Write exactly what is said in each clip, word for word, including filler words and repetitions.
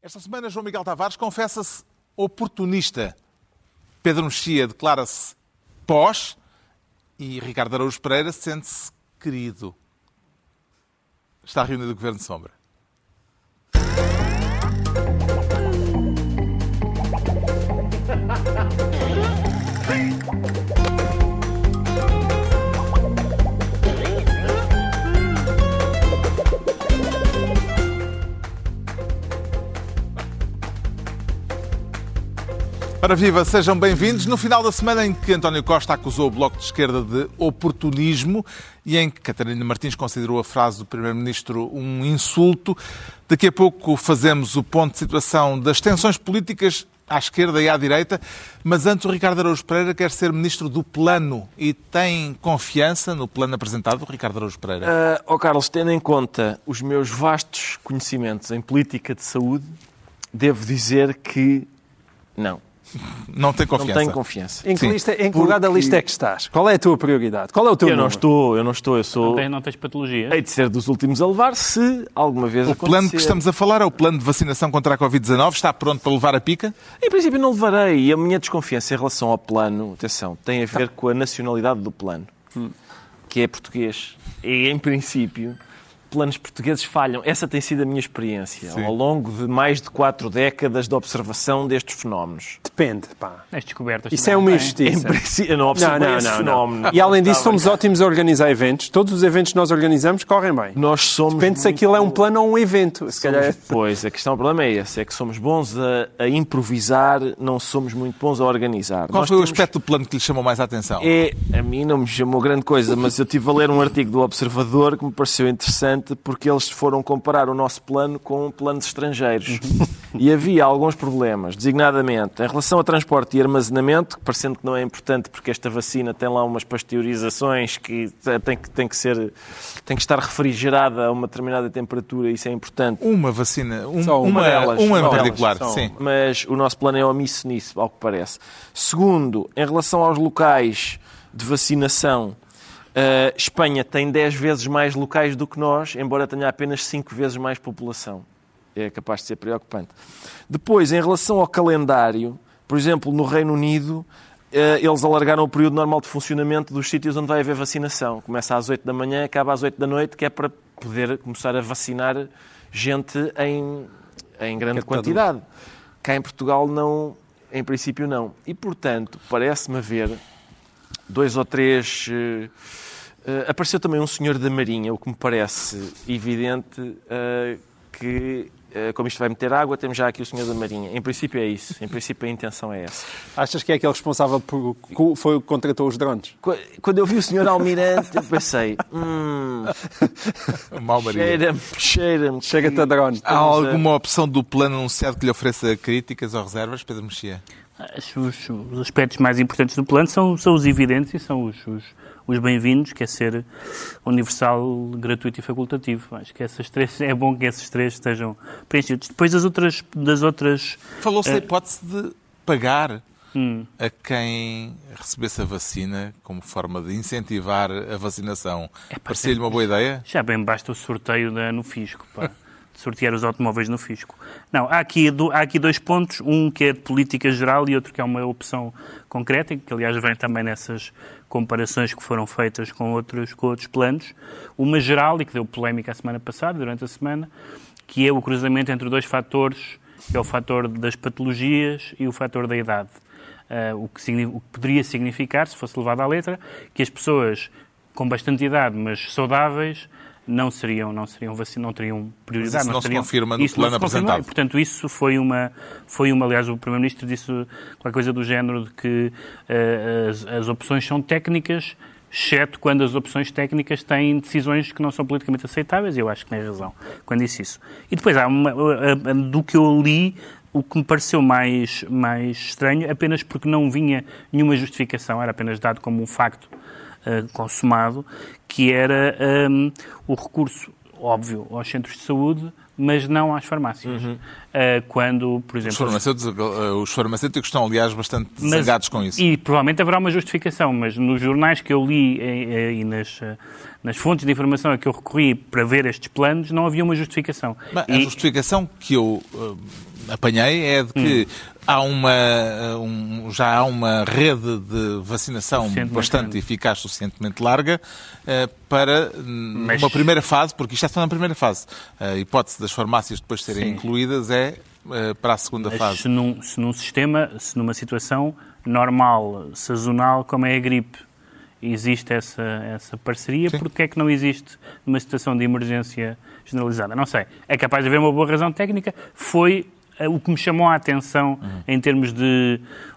Esta semana, João Miguel Tavares confessa-se oportunista. Pedro Mexia declara-se pós e Ricardo Araújo Pereira sente-se querido. Está reunido o Governo de Sombra. Para viva, sejam bem-vindos. No final da semana em que António Costa acusou o Bloco de Esquerda de oportunismo e em que Catarina Martins considerou a frase do Primeiro-Ministro um insulto, daqui a pouco fazemos o ponto de situação das tensões políticas à esquerda e à direita, mas antes o Ricardo Araújo Pereira quer ser Ministro do Plano e tem confiança no plano apresentado, Ricardo Araújo Pereira? Uh, oh Carlos, tendo em conta os meus vastos conhecimentos em política de saúde, devo dizer que não. Não tem confiança. Não tenho confiança. Em que, lista, em que lugar da lista é que estás? Qual é a tua prioridade? Qual é o teu Eu número? não estou, eu não estou, eu sou... Não tens, não tens patologia? Hei de ser dos últimos a levar, se alguma vez O acontecer. plano que estamos a falar é o plano de vacinação contra a covid dezanove. Está pronto para levar a pica? Em princípio não levarei. E a minha desconfiança em relação ao plano, atenção, tem a ver com a nacionalidade do plano, hum. que é português. E, em princípio, planos portugueses falham. Essa tem sido a minha experiência Sim. ao longo de mais de quatro décadas de observação destes fenómenos. Depende, pá. As descobertas. Isso é uma injustiça. Em princípio, eu não observei não, não, esse não, fenómeno. Não. E além disso, somos ótimos a organizar eventos. Todos os eventos que nós organizamos correm bem. Nós somos Depende se aquilo é um plano ou um evento. Se somos... calhar... Pois, a questão, o problema é esse. É que somos bons a, a improvisar, não somos muito bons a organizar. Qual nós foi temos... o aspecto do plano que lhe chamou mais a atenção? É, a mim não me chamou grande coisa, mas eu estive a ler um artigo do Observador que me pareceu interessante porque eles foram comparar o nosso plano com planos estrangeiros. E havia alguns problemas, designadamente em relação a transporte e armazenamento, parecendo que não é importante porque esta vacina tem lá umas pasteurizações que tem que, tem que, ser, tem que estar refrigerada a uma determinada temperatura, isso é importante. Uma vacina, um, Só uma, uma delas, uma em só particular, delas, sim. Mas o nosso plano é omisso nisso, ao que parece. Segundo, em relação aos locais de vacinação, Uh, Espanha tem dez vezes mais locais do que nós, embora tenha apenas cinco vezes mais população. É capaz de ser preocupante. Depois, em relação ao calendário, por exemplo, no Reino Unido, uh, eles alargaram o período normal de funcionamento dos sítios onde vai haver vacinação. Começa às oito da manhã, acaba às oito da noite, que é para poder começar a vacinar gente em, em grande quantidade. Cá em Portugal, não, em princípio, não. E, portanto, parece-me haver dois ou três... Uh, Uh, apareceu também um senhor da Marinha, o que me parece evidente uh, que, uh, como isto vai meter água, temos já aqui o senhor da Marinha. Em princípio é isso. Em princípio a intenção é essa. Achas que é aquele responsável por... foi o que contratou os drones? Quando eu vi o senhor Almirante, eu pensei... Hum, cheira-me, cheira-me. Chega-te a drone. Há alguma opção do plano anunciado que lhe ofereça críticas ou reservas, Pedro Mexia? Os, os aspectos mais importantes do plano são, são os evidentes e são os... os... os bem-vindos, que é ser universal, gratuito e facultativo. Acho que essas três, é bom que esses três estejam preenchidos. Depois das outras... Das outras Falou-se uh, da hipótese de pagar hum. a quem recebesse a vacina como forma de incentivar a vacinação. É, parecia-lhe uma boa ideia? Já bem basta o sorteio da, no fisco, pá. De sortear os automóveis no fisco. Não, há aqui, há aqui dois pontos, um que é de política geral e outro que é uma opção concreta, que aliás vem também nessas comparações que foram feitas com outros, com outros planos. Uma geral, e que deu polémica a semana passada, durante a semana, que é o cruzamento entre dois fatores, que é o fator das patologias e o fator da idade. Uh, o, que, o que poderia significar, se fosse levado à letra, que as pessoas com bastante idade, mas saudáveis, não seriam, não seriam vacinadas, não teriam prioridade. Mas isso não, não se seriam, confirma no plano apresentado. E, portanto, isso foi uma, foi uma, aliás, o Primeiro-Ministro disse qualquer coisa do género de que uh, as, as opções são técnicas, exceto quando as opções técnicas têm decisões que não são politicamente aceitáveis, e eu acho que tem razão quando disse isso. E depois, há uma, do que eu li, o que me pareceu mais, mais estranho, apenas porque não vinha nenhuma justificação, era apenas dado como um facto Uh, consumado, que era um, o recurso, óbvio, aos centros de saúde, mas não às farmácias. Uhum. Uh, quando, por exemplo... Os farmacêuticos, os farmacêuticos estão, aliás, bastante mas, zangados com isso. E provavelmente haverá uma justificação, mas nos jornais que eu li e, e nas, nas fontes de informação a que eu recorri para ver estes planos, não havia uma justificação. Mas e... A justificação que eu uh, apanhei é de que hum. há uma, um, já há uma rede de vacinação bastante grande. eficaz, suficientemente larga, uh, para Mas... uma primeira fase, porque isto é só na primeira fase. A hipótese das farmácias depois serem Sim. incluídas é uh, para a segunda Mas fase. Se num, se num sistema, se numa situação normal, sazonal, como é a gripe, existe essa, essa parceria, Sim. porque é que não existe numa situação de emergência generalizada? Não sei. É capaz de haver uma boa razão técnica. Foi o que me chamou a atenção uhum. em termos de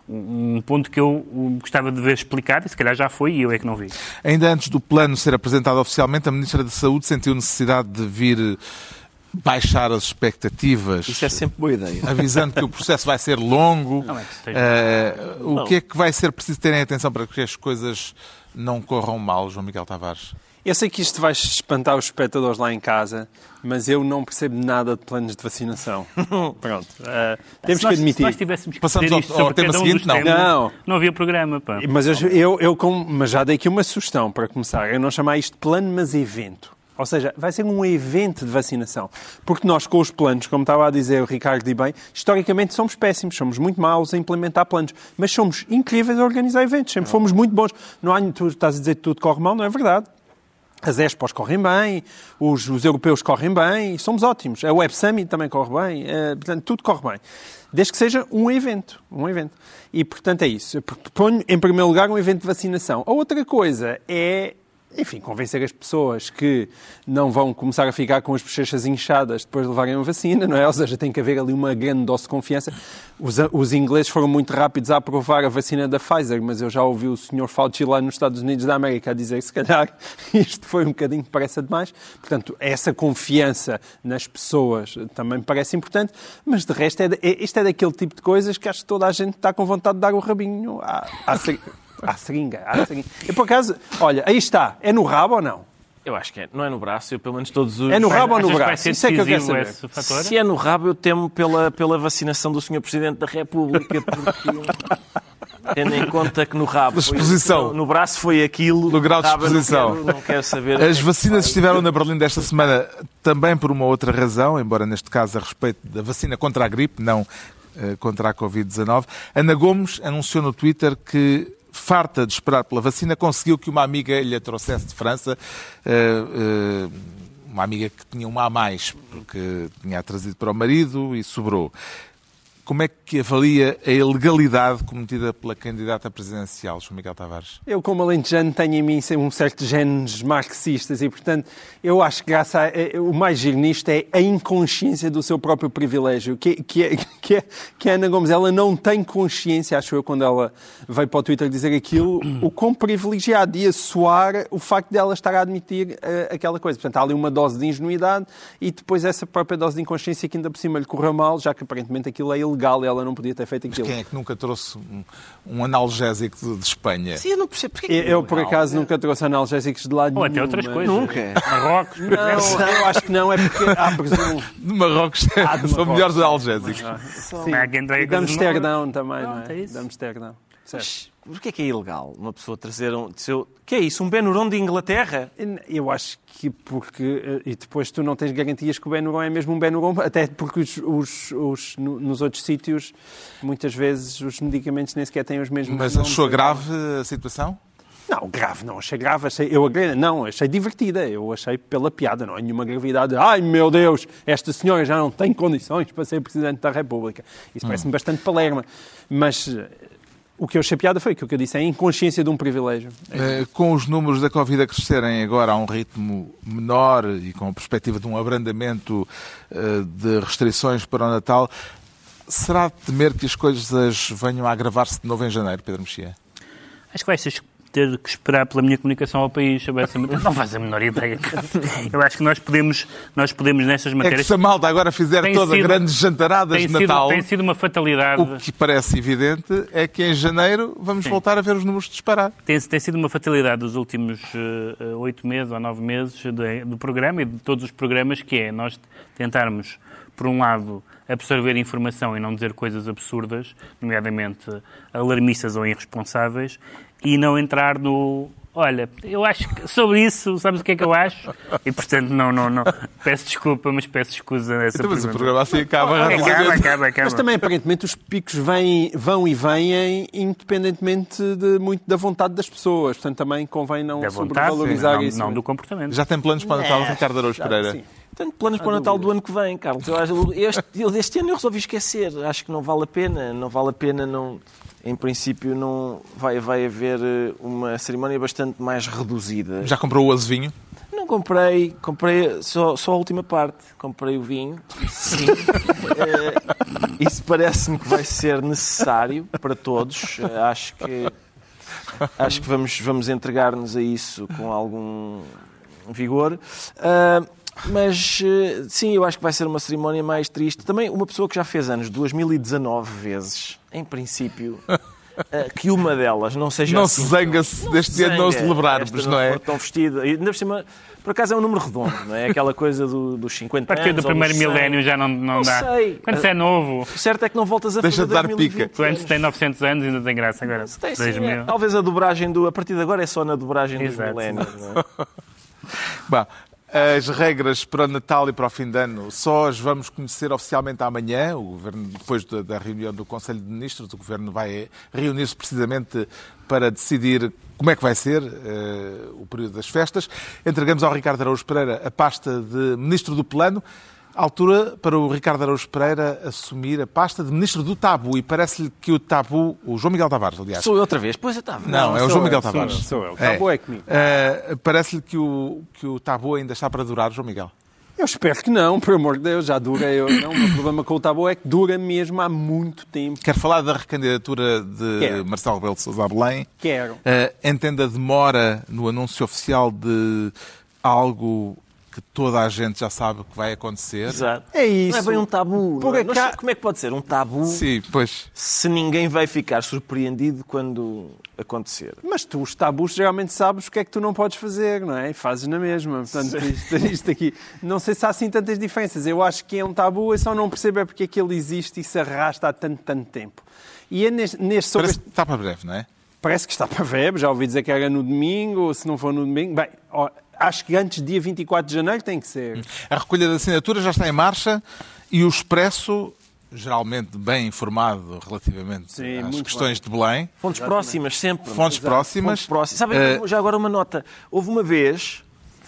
um ponto que eu gostava de ver explicado, e se calhar já foi e eu é que não vi. Ainda antes do plano ser apresentado oficialmente, a Ministra da Saúde sentiu necessidade de vir baixar as expectativas. Isso é sempre boa ideia. Avisando que o processo vai ser longo. Não é que esteja... uh, o não. que é que vai ser preciso terem atenção para que as coisas não corram mal, João Miguel Tavares? Eu sei que isto vai espantar os espectadores lá em casa, mas eu não percebo nada de planos de vacinação. Pronto. Uh, temos nós, que admitir. Se nós tivéssemos que Passamos ao, isto ao tema um seguinte, não. Temas, não. Não havia programa. Pá. Mas, eu, eu, eu com, mas já dei aqui uma sugestão para começar. Eu não chamar isto de plano, mas evento. Ou seja, vai ser um evento de vacinação. Porque nós, com os planos, como estava a dizer o Ricardo e bem, historicamente somos péssimos, somos muito maus a implementar planos. Mas somos incríveis a organizar eventos. Sempre fomos muito bons. Não há, tu estás a dizer que tudo corre mal, não é verdade. As Expos correm bem, os, os europeus correm bem, somos ótimos. A Web Summit também corre bem, uh, portanto, tudo corre bem. Desde que seja um evento, um evento. E, portanto, é isso. Ponho, em primeiro lugar, um evento de vacinação. A outra coisa é, enfim, convencer as pessoas que não vão começar a ficar com as bochechas inchadas depois de levarem a vacina, não é? Ou seja, tem que haver ali uma grande dose de confiança. Os, os ingleses foram muito rápidos a aprovar a vacina da Pfizer, mas eu já ouvi o senhor Fauci lá nos Estados Unidos da América a dizer que, se calhar, isto foi um bocadinho depressa demais. Portanto, essa confiança nas pessoas também me parece importante, mas de resto, é, é, isto é daquele tipo de coisas que acho que toda a gente está com vontade de dar o rabinho à, à, à seringa. À seringa. E, por acaso, olha, aí está. É no rabo ou não? Eu acho que é. Não é no braço, eu pelo menos todos os... É no rabo ou no Achas braço? Isso é que eu quero saber. Se é no rabo, eu temo pela, pela vacinação do senhor Presidente da República, porque... Tendo em conta que no rabo... Exposição. No, no braço foi aquilo... No grau de exposição. Não quero, não quero saber... As vacinas estiveram na Berlim desta semana também por uma outra razão, embora neste caso a respeito da vacina contra a gripe, não uh, contra a covid dezanove. Ana Gomes anunciou no Twitter que, farta de esperar pela vacina, conseguiu que uma amiga lhe a trouxesse de França, uh, uh, uma amiga que tinha uma a mais, porque tinha trazido para o marido e sobrou. Como é que avalia a ilegalidade cometida pela candidata presidencial, João Miguel Tavares? Eu, como alentejano, tenho em mim um certo genes marxistas e, portanto, eu acho que graças a, o mais giro nisto é a inconsciência do seu próprio privilégio, que, que, é, que, é, que a Ana Gomes, ela não tem consciência, acho eu, quando ela veio para o Twitter dizer aquilo, o quão privilegiado ia soar o facto de ela estar a admitir uh, aquela coisa. Portanto, há ali uma dose de ingenuidade e depois essa própria dose de inconsciência que ainda por cima lhe correu mal, já que aparentemente aquilo é ilegal. Legal, ela não podia ter feito aquilo. Mas quem é que nunca trouxe um, um analgésico de, de Espanha? Sim, eu não percebo. Porque eu, eu, por acaso, é? nunca trouxe analgésicos de lado Ou nenhum. Ou até outras coisas. Nunca. Marrocos. Não, eu acho que não, é porque há presumo. De Marrocos ah, de são Marrocos, melhores analgésicos. Sim. E de Amsterdão também, não, não é? De Amsterdão. Mas porquê é que é ilegal uma pessoa trazer um... Seu... que é isso? Um Benuron de Inglaterra? Eu acho que porque... E depois tu não tens garantias que o Benuron é mesmo um Benuron, até porque os, os, os, nos outros sítios, muitas vezes, os medicamentos nem sequer têm os mesmos... Mas achou grave a situação? Não, grave não, achei grave, achei, eu não, achei divertida, eu achei pela piada, não há nenhuma gravidade. Ai, meu Deus, esta senhora já não tem condições para ser Presidente da República. Isso hum. parece-me bastante palerma, mas... O que eu achei piada foi o que eu disse, é a inconsciência de um privilégio. É, com os números da Covid a crescerem agora a um ritmo menor e com a perspectiva de um abrandamento uh, de restrições para o Natal, será de temer que as coisas venham a agravar-se de novo em janeiro, Pedro Mexia? Acho que vai ser ter que esperar pela minha comunicação ao país sobre essa matéria. Não faz a menor ideia. Eu acho que nós podemos, nós podemos nestas matérias... É que se a malta agora fizer tem toda sido, grandes jantaradas de Natal... Sido, tem sido uma fatalidade... O que parece evidente é que em janeiro vamos Sim. voltar a ver os números disparar. Tem, tem sido uma fatalidade dos últimos oito uh, meses ou nove meses de, do programa e de todos os programas, que é nós tentarmos, por um lado, absorver informação e não dizer coisas absurdas, nomeadamente alarmistas ou irresponsáveis, e não entrar no, Olha, eu acho que sobre isso, sabes o que é que eu acho? E, portanto, não, não, não. Peço desculpa, mas peço escusa nessa Então, mas o pergunta. programa assim acaba Acaba, rapidamente. acaba, acaba. Mas também, aparentemente, os picos vêm, vão e vêm independentemente de muito da vontade das pessoas. Portanto, também convém não Da vontade, sobrevalorizar não, isso. não do comportamento. Já tem planos para o Natal, Ricardo Araújo Pereira? Sim. Tenho planos para o Natal do ano que vem, Carlos. Eu acho, este, este ano eu resolvi esquecer. Acho que não vale a pena. Não vale a pena, não... Em princípio, não vai, vai haver uma cerimónia bastante mais reduzida. Já comprou o azevinho? Não comprei, comprei só, só a última parte. Comprei o vinho. Sim. Eh, isso parece-me que vai ser necessário para todos. Eh, acho que, acho que vamos, vamos entregar-nos a isso com algum vigor. Ah, mas, eh, sim, eu acho que vai ser uma cerimónia mais triste. Também uma pessoa que já fez anos duas mil e dezanove vezes, em princípio, eh, que uma delas não seja Não assim, se zanga-se deste ano não zanga, celebrarmos, esta não é? for tão vestida. E, ainda por cima, por acaso é um número redondo, não é? Aquela coisa do, dos cinquenta A partir anos. do ou primeiro dos cem. milénio já não, não, Não dá. sei. Quando você é novo, O certo é que não voltas a Deixa fazer de dar dois mil e vinte pica. tu antes anos. tem novecentos anos e ainda tem graça agora. Tem, sim, dois é. mil. Talvez a dobragem do... A partir de agora é só na dobragem dos Exato. milénios, não é? Bom, as regras para o Natal e para o fim de ano só as vamos conhecer oficialmente amanhã. O Governo, depois da, da reunião do Conselho de Ministros, o Governo vai reunir-se precisamente para decidir como é que vai ser uh, o período das festas. Entregamos ao Ricardo Araújo Pereira a pasta de Ministro do Plano. À altura para o Ricardo Araújo Pereira assumir a pasta de Ministro do Tabu. E parece-lhe que o Tabu... O João Miguel Tavares, aliás. Sou eu outra vez? Pois eu estava. Não, é o sou João eu, Miguel sou Tavares. eu, sou eu. O tabu é comigo. Uh, parece-lhe que o, que o tabu ainda está para durar, João Miguel? Eu espero que não, por amor de Deus, já dura. Eu, não, o meu problema com o tabu é que dura mesmo há muito tempo. Quer falar da recandidatura de Quero. Marcelo Rebelo de Sousa a Belém? Quero. Uh, entende a demora no anúncio oficial de algo que toda a gente já sabe que vai acontecer? Exato. É isso. Não é bem um tabu. Por Não é? Nós- acaso- Como é que pode ser um tabu Sim, pois. se ninguém vai ficar surpreendido quando acontecer? Mas tu, os tabus, geralmente sabes o que é que tu não podes fazer, não é? E fazes na mesma. Portanto, isto, isto aqui... Não sei se há assim tantas diferenças. Eu acho que é um tabu, eu só não percebo é porque é que ele existe e se arrasta há tanto, tanto tempo. E é neste, neste sobre Parece este... que está para breve, não é? Parece que está para breve. Já ouvi dizer que era no domingo, ou se não for no domingo... Bem, ó, acho que antes do dia vinte e quatro de janeiro tem que ser. A recolha de assinaturas já está em marcha e o Expresso, geralmente bem informado relativamente Sim, às muito questões de Belém, Fontes próximas, sempre. fontes Exato. próximas. Fontes próximas. Sabem, Eh, já agora uma nota. Houve uma vez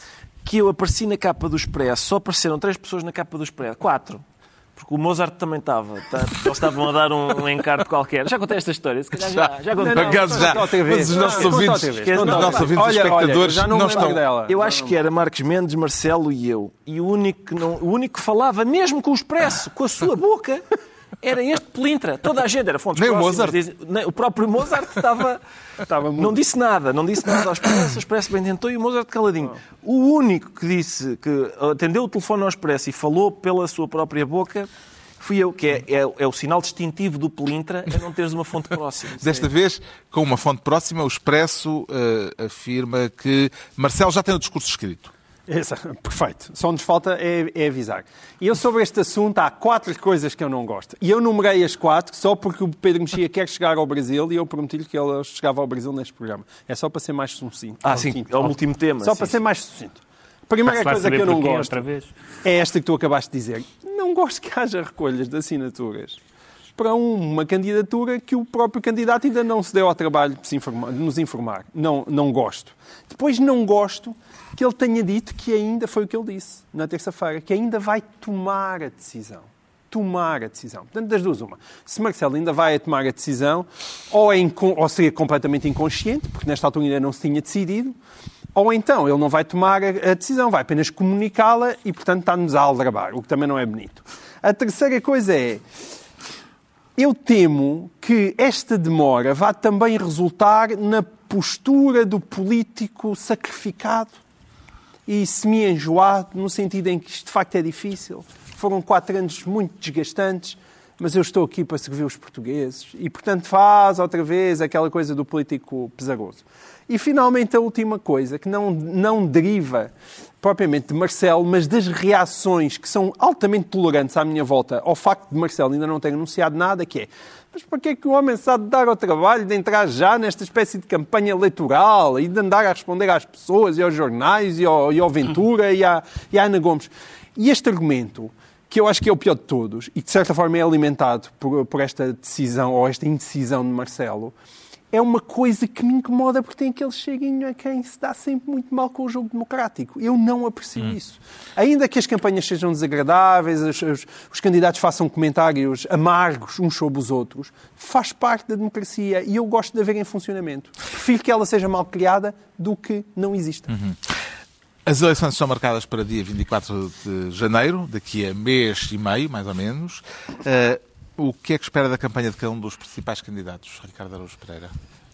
que eu apareci na capa do Expresso, só apareceram três pessoas na capa do Expresso. Quatro. Porque o Mozart também estava. Tá? Eles estavam a dar um, um encargo qualquer. Já contei esta história? Se calhar já, já contei. Por acaso já. conta outra vez. Mas os nossos Conta ouvintes, outra vez. os Conta outra nossos vez. ouvintes Olha, espectadores olha, já não, não me lembro estão... dela. Eu Já acho não- que era Marcos Mendes, Marcelo e eu. E o único que, não, o único que falava, mesmo com o Expresso, com a sua boca, era este Pelintra. Toda a gente era fontes Nem o próximas. Mozart. Diz- nem- o próprio Mozart estava... Estava muito... Não disse nada, não disse nada ao Expresso, o Expresso bem tentou e o Mozart caladinho. O único que disse, que atendeu o telefone ao Expresso e falou pela sua própria boca, fui eu, que é, é, é o sinal distintivo do Pelintra, é não teres uma fonte próxima. Desta vez, com uma fonte próxima, o Expresso eh, afirma que Marcelo já tem o discurso escrito. Exato, perfeito. Só nos falta é, é avisar. E eu, sobre este assunto, há quatro coisas que eu não gosto. E eu numerei as quatro só porque o Pedro Mexia quer chegar ao Brasil e eu prometi-lhe que ele chegava ao Brasil neste programa. É só para ser mais sucinto. Ah, sim, Sucinto. é o último tema. Só sim, para sim. ser mais sucinto. A primeira Posso lá coisa saber que eu não porquê, gosto outra vez? é esta que tu acabaste de dizer. Não gosto que haja recolhas de assinaturas para uma candidatura que o próprio candidato ainda não se deu ao trabalho de, se informar, de nos informar. Não, não gosto. Depois não gosto que ele tenha dito que ainda, foi o que ele disse na terça-feira, que ainda vai tomar a decisão. Tomar a decisão. Portanto, das duas, uma. Se Marcelo ainda vai a tomar a decisão, ou, é inco- ou seria completamente inconsciente, porque nesta altura ainda não se tinha decidido, ou então ele não vai tomar a a decisão, vai apenas comunicá-la e, portanto, está-nos a aldrabar, o que também não é bonito. A terceira coisa é, eu temo que esta demora vá também resultar na postura do político sacrificado e semi-enjoado, no sentido em que isto de facto é difícil. Foram quatro anos muito desgastantes. mas eu estou aqui para servir os portugueses. E, portanto, faz outra vez aquela coisa do político pesaroso. E, finalmente, a última coisa, que não, não deriva propriamente de Marcelo, mas das reações que são altamente tolerantes à minha volta ao facto de Marcelo ainda não ter anunciado nada, que é, mas para que é que o homem se há de dar ao trabalho de entrar já nesta espécie de campanha eleitoral e de andar a responder às pessoas e aos jornais e ao, e ao Ventura e à, e à Ana Gomes? E este argumento, que eu acho que é o pior de todos, e que de certa forma é alimentado por, por esta decisão ou esta indecisão de Marcelo, é uma coisa que me incomoda porque tem aquele cheguinho a quem se dá sempre muito mal com o jogo democrático. Eu não aprecio hum. isso. Ainda que as campanhas sejam desagradáveis, os, os, os candidatos façam comentários amargos uns sobre os outros, faz parte da democracia e eu gosto de a ver em funcionamento. Prefiro que ela seja mal criada do que não exista. Uhum. As eleições são marcadas para dia vinte e quatro de janeiro, daqui a mês e meio, mais ou menos. Uh, O que é que espera da campanha de cada um dos principais candidatos, Ricardo Araújo Pereira?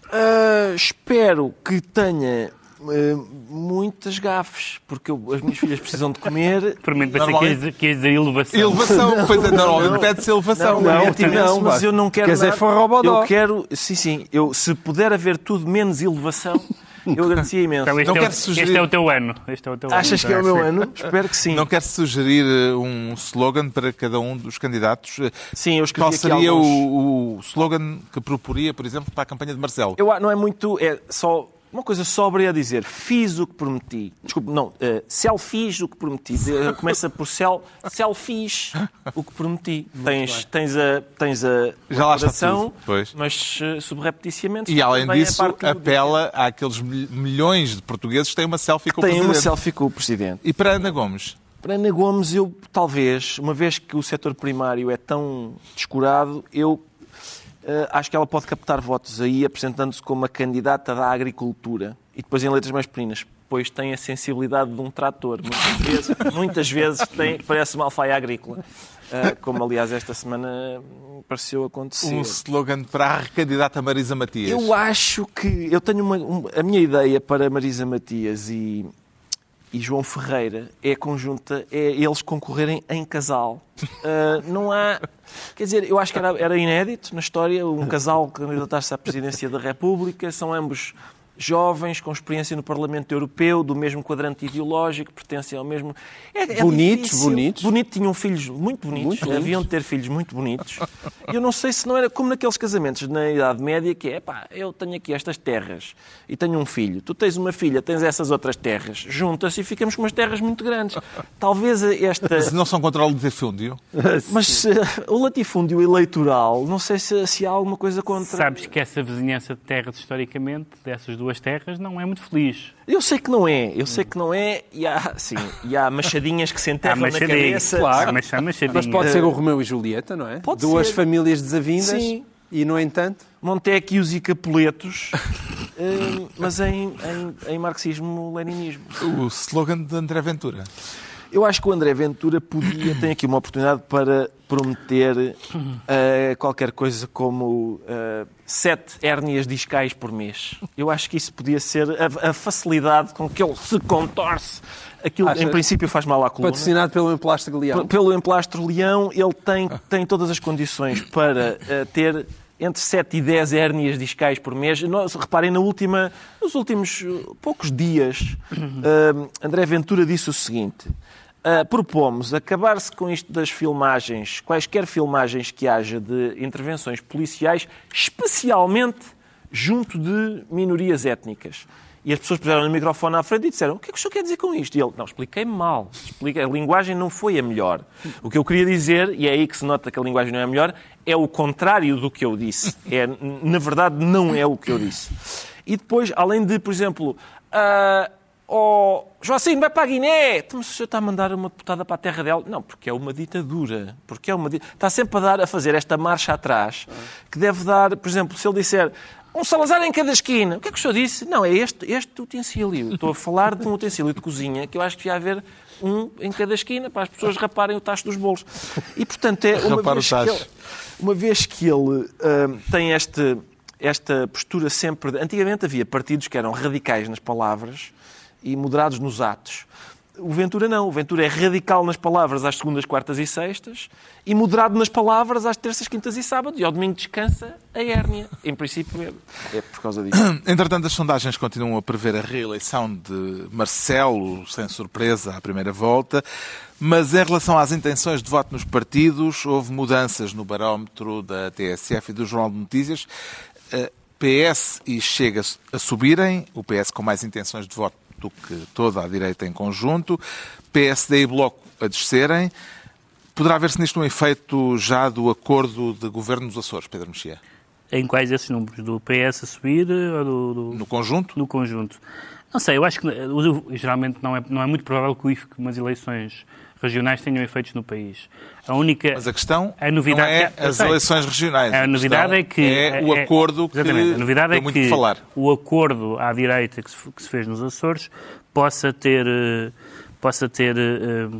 Uh, espero que tenha uh, muitas gafes, porque eu, as minhas filhas precisam de comer. Por mim, pensei que ias dizer, que ias dizer elevação. Elevação, pois é, normalmente pede-se elevação. Não, não, não, não, mas eu não quero quer dizer, nada. forrobodó. Eu quero, sim, sim, eu, se puder haver tudo menos elevação, eu agradecia imenso. Então, este, Não é, quero o, sugerir... este é o teu ano. Este é o teu Achas ano, que é o meu sim. ano? Espero que sim. Não quer sugerir um slogan para cada um dos candidatos? Sim, eu escrevi Qual aqui seria alguns... o, o slogan que proporia, por exemplo, para a campanha de Marcelo? Eu, não é muito... É só uma coisa sóbria a dizer. Fiz o que prometi. Desculpe, não. Uh, selfies o que prometi. Uh, começa por cel, selfies o que prometi. Tens, tens a, tens a Já lá está oração, tudo, pois. mas uh, subrepticiamente... E, além também disso, é parte do apela àqueles mil- milhões de portugueses que têm uma selfie com o Tem Presidente. uma selfie com o Presidente. E para Ana Gomes? Para Ana Gomes, eu, talvez, uma vez que o setor primário é tão descurado, eu uh, acho que ela pode captar votos aí, apresentando-se como a candidata da agricultura. E depois em letras mais pequenas, pois tem a sensibilidade de um trator. Muitas vezes, muitas vezes tem, parece uma alfaia agrícola. Uh, como, aliás, esta semana pareceu acontecer. Um slogan para a candidata Marisa Matias. Eu acho que... Eu tenho uma, um, a minha ideia para Marisa Matias e... e João Ferreira é conjunta, é eles concorrerem em casal. Uh, não há... Quer dizer, eu acho que era, era inédito na história um casal candidatar-se à presidência da República. São ambos jovens, com experiência no Parlamento Europeu, do mesmo quadrante ideológico, pertencem ao mesmo... É, é bonitos, difícil. bonitos. Bonito, tinham filhos muito bonitos. Muito bonitos. Haviam de ter filhos muito bonitos. E eu não sei se não era como naqueles casamentos na Idade Média, que é, pá, eu tenho aqui estas terras e tenho um filho. Tu tens uma filha, tens essas outras terras. Juntas e ficamos com umas terras muito grandes. Talvez esta... Se não são contra o latifúndio? Mas uh, o latifúndio eleitoral, não sei se, se há alguma coisa contra... Sabes que essa vizinhança de terras, historicamente, dessas duas terras, não é muito feliz. Eu sei que não é, eu sei que não é, e há, sim, e há machadinhas que se enterram na cabeça. Claro. Mas, mas, Mas pode ser o Romeu e Julieta, não é? Pode Duas ser. famílias desavindas. Sim. E, no entanto... Montecchios e Capuletos, uh, mas em, em, em marxismo-leninismo. O slogan de André Ventura. Eu acho que o André Ventura podia, tem aqui uma oportunidade para prometer uh, qualquer coisa como uh, sete hérnias discais por mês. Eu acho que isso podia ser a, a facilidade com que ele se contorce. Aquilo, Achas? em princípio, faz mal à coluna. Patrocinado pelo Emplastro Leão. P- Pelo Emplastro Leão, ele tem, tem todas as condições para uh, ter entre sete e dez hérnias discais por mês. Nós, reparem, na última, nos últimos uh, poucos dias, uh, André Ventura disse o seguinte... Uh, propomos acabar-se com isto das filmagens, quaisquer filmagens que haja de intervenções policiais, especialmente junto de minorias étnicas. E as pessoas puseram no microfone à frente e disseram: o que é que o senhor quer dizer com isto? E ele: não, expliquei-me mal. Expliquei, a linguagem não foi a melhor. O que eu queria dizer, e é aí que se nota que a linguagem não é a melhor, é o contrário do que eu disse. É, na verdade, não é o que eu disse. E depois, além de, por exemplo... Uh, Oh, Joacim, vai para a Guiné! Mas o senhor está a mandar uma deputada para a terra dela? Não, porque é uma ditadura. Porque é uma di... Está sempre a, dar, a fazer esta marcha atrás, que deve dar, por exemplo, se ele disser um Salazar em cada esquina, o que é que o senhor disse? Não, é este, este utensílio. Estou a falar de um utensílio de cozinha que eu acho que devia haver um em cada esquina para as pessoas raparem o tacho dos bolos. E, portanto, é uma, vez que, ele, uma vez que ele uh, tem este, esta postura sempre... De... Antigamente havia partidos que eram radicais nas palavras e moderados nos atos. O Ventura não. O Ventura é radical nas palavras às segundas, quartas e sextas e moderado nas palavras às terças, quintas e sábados. E ao domingo descansa a hérnia. Em princípio é, é por causa disso. Entretanto, as sondagens continuam a prever a reeleição de Marcelo, sem surpresa, à primeira volta. Mas em relação às intenções de voto nos partidos, houve mudanças no barómetro da T S F e do Jornal de Notícias. P S e Chega a subirem, o P S com mais intenções de voto do que toda a direita em conjunto, P S D e Bloco a descerem. Poderá haver-se nisto um efeito já do acordo de governo dos Açores, Pedro Mexia? Em quais esses números? Do P S a subir ou do... do... No conjunto? No conjunto. Não sei, eu acho que geralmente não é, não é muito provável que o I F C, umas eleições regionais tenham efeitos no país. A única... Mas a questão a novidade não é que, as eleições regionais. A, a novidade é que... É o acordo que exatamente, a novidade deu é muito que de falar. O acordo à direita que se, que se fez nos Açores possa ter... Possa ter uh,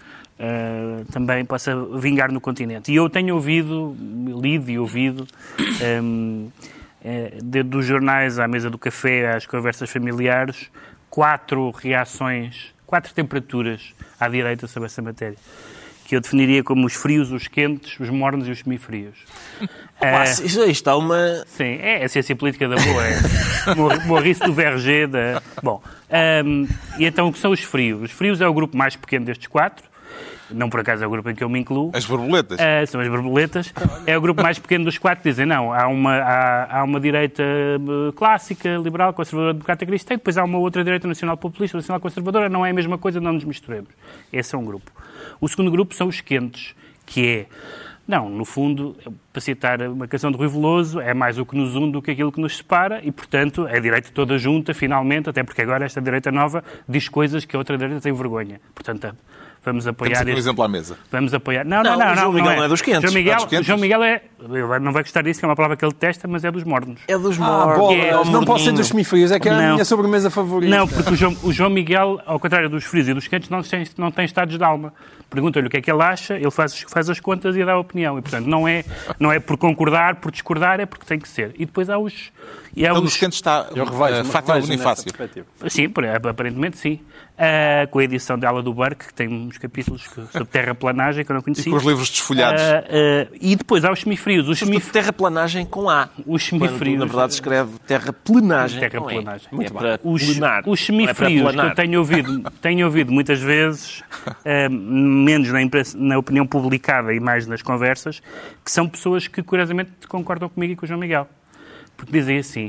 uh, também possa vingar no continente. E eu tenho ouvido, lido e ouvido... Um, de, dos jornais à mesa do café, às conversas familiares, quatro reações, quatro temperaturas à direita sobre essa matéria, que eu definiria como os frios, os quentes, os mornos e os semifrios. Ah, uh, isso aí está uma... Sim, é a ciência política da boa, é morrice do Verger. Da... Bom, um, e então o que são os frios? Os frios é o grupo mais pequeno destes quatro. Não por acaso é o grupo em que eu me incluo. As borboletas. Uh, são as borboletas. É o grupo mais pequeno dos quatro que dizem, não, há uma, há, há uma direita clássica, liberal, conservadora, democrata cristã, e depois há uma outra direita nacional populista, nacional conservadora, não é a mesma coisa, não nos misturemos. Esse é um grupo. O segundo grupo são os quentes, que é, não, no fundo, para citar uma canção de Rui Veloso, é mais o que nos une do que aquilo que nos separa, e, portanto, é a direita toda junta, finalmente, até porque agora esta direita nova diz coisas que a outra direita tem vergonha. Portanto, vamos apoiar... Temos aqui um exemplo à mesa. Vamos apoiar... Não, não, não. não, João não, Miguel não é. não é dos quentes. João Miguel, é dos quentes. João Miguel é... Não vai gostar disso, que é uma palavra que ele detesta, mas é dos mornos. É dos Ah, mornos. bola, É não pode ser dos semifrios, é que é a Não. minha sobremesa favorita. Não, porque o João, o João Miguel, ao contrário dos frios e dos quentes, não tem, não tem estados de alma. Pergunta-lhe o que é que ele acha, ele faz, faz as contas e dá a opinião. E, portanto, não é, não é por concordar, por discordar, é porque tem que ser. E depois há os... E há Então, os... nos quentes está Eu revejo, uh, Fátima revejo Bonifácio. nessa perspectiva. Sim, por- aparentemente sim. Uh, com a edição dela do Barque, que tem uns capítulos que- sobre terraplanagem que eu não E conhecia. com os livros desfolhados. Uh, uh, e depois há os semifrios. Os, semif... Terraplanagem com A. os Quando, semifrios. na verdade, se escreve terraplenagem. Terraplenagem. Não é, é para Os, plenar. os não é para semifrios que planar. eu tenho ouvido, tenho ouvido muitas vezes, uh, menos na, imprensa, na opinião publicada e mais nas conversas, que são pessoas que, curiosamente, concordam comigo e com o João Miguel. Porque dizem assim...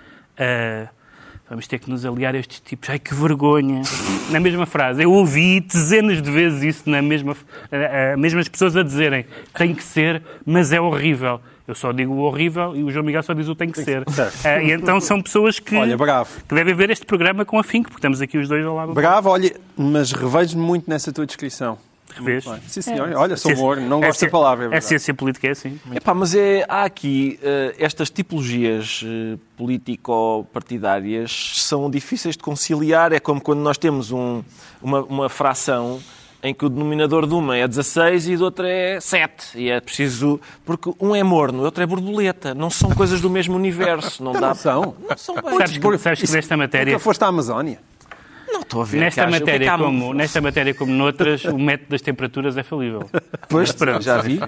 Uh, vamos ter que nos aliar a estes tipos. Ai, que vergonha. Na mesma frase. Eu ouvi dezenas de vezes isso na mesma... Uh, uh, mesmas pessoas a dizerem tem que ser, mas é horrível. Eu só digo o horrível e o João Miguel só diz o tem que ser. Uh, e então são pessoas que, Olha, bravo. que devem ver este programa com afinco, porque estamos aqui os dois ao lado. Bravo, olha, mas revejo-me muito nessa tua descrição. Revês? Sim, senhor. É. Olha, sou Ciência- humor, não é gosto da ci- palavra. É É verdade. ciência política, é assim. Epá, mas é, há aqui uh, estas tipologias uh, político-partidárias são difíceis de conciliar. É como quando nós temos um, uma, uma fração em que o denominador de uma é dezasseis e do outro é sete. E é preciso... Porque um é morno, o outro é borboleta. Não são coisas do mesmo universo. Não Então dá... não são. Não são bem. Sabes que, sabes que nesta matéria... Nunca foste à Amazónia. Não estou a ver. Nesta que haja- o que é que matéria, há- como, nesta matéria como noutras, o método das temperaturas é falível. Pois, Pronto. já vi.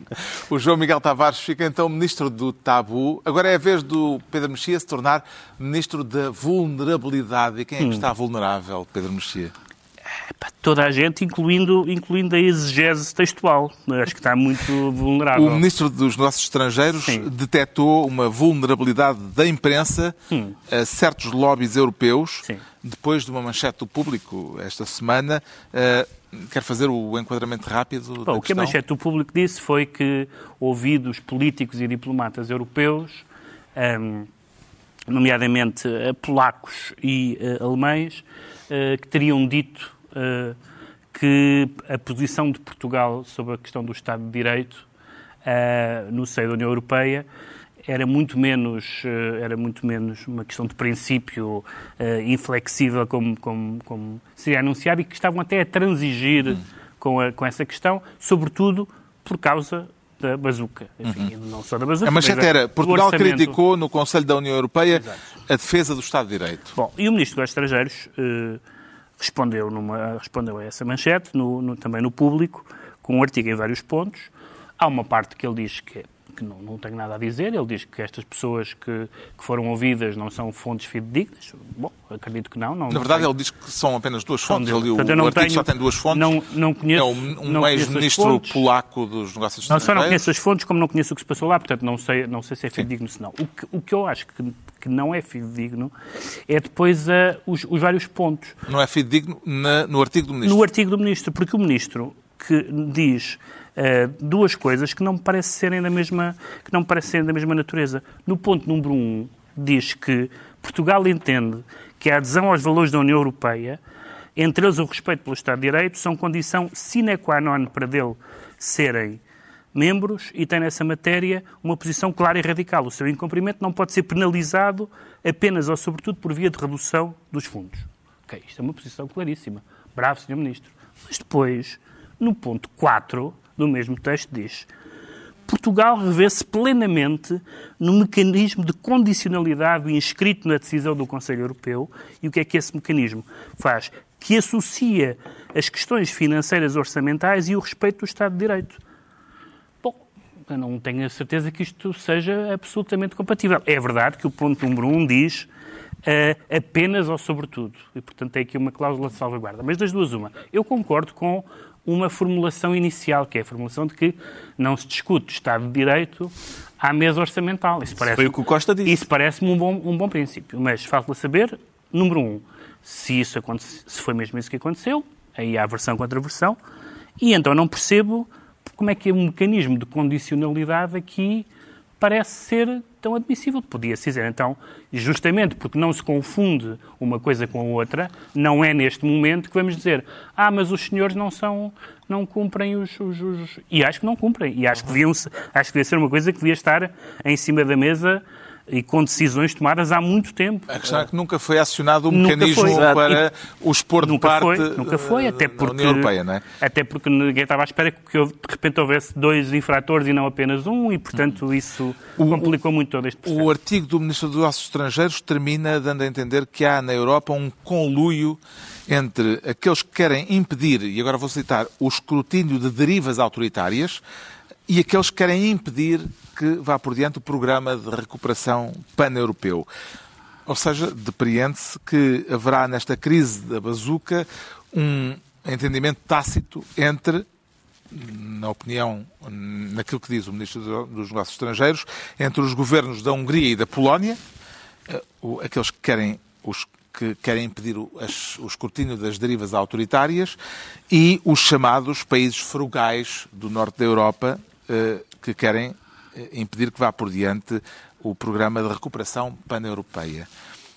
O João Miguel Tavares fica então ministro do tabu. Agora é a vez do Pedro Mexia se tornar ministro da vulnerabilidade. E quem é que está vulnerável, Pedro Mexia? Pá, toda a gente, incluindo, incluindo a exegese textual. Acho que está muito vulnerável. O ministro dos Negócios Estrangeiros Sim. detectou uma vulnerabilidade da imprensa Hum. a certos lobbies europeus, Sim. depois de uma manchete do Público esta semana. Uh, quer fazer o enquadramento rápido Bom, da o que a questão? manchete do Público disse foi que ouvidos políticos e diplomatas europeus, hum, nomeadamente eh, polacos e eh, alemães, eh, que teriam dito eh, que a posição de Portugal sobre a questão do Estado de Direito eh, no seio da União Europeia era muito menos, eh, era muito menos uma questão de princípio eh, inflexível como, como, como seria anunciado, e que estavam até a transigir hum. com, a, com essa questão, sobretudo por causa da bazuca. Enfim, uhum. não só da bazuca. A manchete mas era: do Portugal orçamento. criticou no Conselho da União Europeia Exato. a defesa do Estado de Direito. Bom, e o Ministro dos Estrangeiros, eh, respondeu, numa, respondeu a essa manchete, no, no, também no Público, com um artigo em vários pontos. Há uma parte que ele diz que, que não, não tem nada a dizer, ele diz que estas pessoas que, que foram ouvidas não são fontes fidedignas. Bom, acredito que não. não Na verdade, não ele diz que são apenas duas fontes. Ele, Portanto, o o artigo tenho, só tem duas fontes. Não, não conheço, é um, um não ex-ministro polaco dos negócios não estrangeiros. só não conheço as fontes, como não conheço o que se passou lá, portanto não sei, não sei se é fidedigno ou não. O que, o que eu acho que, que não é fidedigno é depois uh, os, os vários pontos. Não é fidedigno na, no artigo do ministro? No artigo do ministro, porque o ministro que diz uh, duas coisas que não me parece serem da mesma, que não me parecem serem da mesma natureza. No ponto número um, diz que Portugal entende que a adesão aos valores da União Europeia, entre eles o respeito pelo Estado de Direito, são condição sine qua non para dele serem membros e tem nessa matéria uma posição clara e radical. O seu incumprimento não pode ser penalizado apenas ou sobretudo por via de redução dos fundos. Ok, isto é uma posição claríssima. Bravo, senhor Ministro. Mas depois, no ponto quatro do mesmo texto, diz: Portugal revê-se plenamente no mecanismo de condicionalidade inscrito na decisão do Conselho Europeu. E o que é que esse mecanismo faz? Que associa as questões financeiras orçamentais e o respeito do Estado de Direito. Bom, eu não tenho a certeza que isto seja absolutamente compatível. É verdade que o ponto número um diz uh, apenas ou sobretudo. E, portanto, tem aqui uma cláusula de salvaguarda. Mas das duas, uma. Eu concordo com uma formulação inicial, que é a formulação de que não se discute o Estado de Direito à mesa orçamental. Isso parece, foi o que o Costa disse. Isso parece-me um bom, um bom princípio. Mas falta saber, número um, se, isso aconte, se foi mesmo isso que aconteceu, aí há versão contra versão, e então não percebo como é que o mecanismo de condicionalidade aqui parece ser tão admissível. Podia-se dizer, então, justamente porque não se confunde uma coisa com a outra, não é neste momento que vamos dizer, ah, mas os senhores não são, não cumprem os... os, os... E acho que não cumprem. E acho que, deviam, acho que devia ser uma coisa que devia estar em cima da mesa e com decisões tomadas há muito tempo. A questão é que nunca foi acionado um Nunca mecanismo foi. para e, os pôr de nunca parte foi, nunca foi, até porque, da União Europeia, não é? Até porque ninguém estava à espera que de repente houvesse dois infratores e não apenas um e, portanto, isso o, complicou muito todo este processo. O artigo do Ministro dos Negócios Estrangeiros termina dando a entender que há na Europa um conluio entre aqueles que querem impedir, e agora vou citar, o escrutínio de derivas autoritárias e aqueles que querem impedir que vá por diante o programa de recuperação pan-europeu. Ou seja, depreende-se que haverá nesta crise da bazuca um entendimento tácito entre, na opinião, naquilo que diz o Ministro dos Negócios Estrangeiros, entre os governos da Hungria e da Polónia, aqueles que querem, os que querem impedir o, as, o escrutínio das derivas autoritárias, e os chamados países frugais do norte da Europa, que querem impedir que vá por diante o programa de recuperação pan-europeia.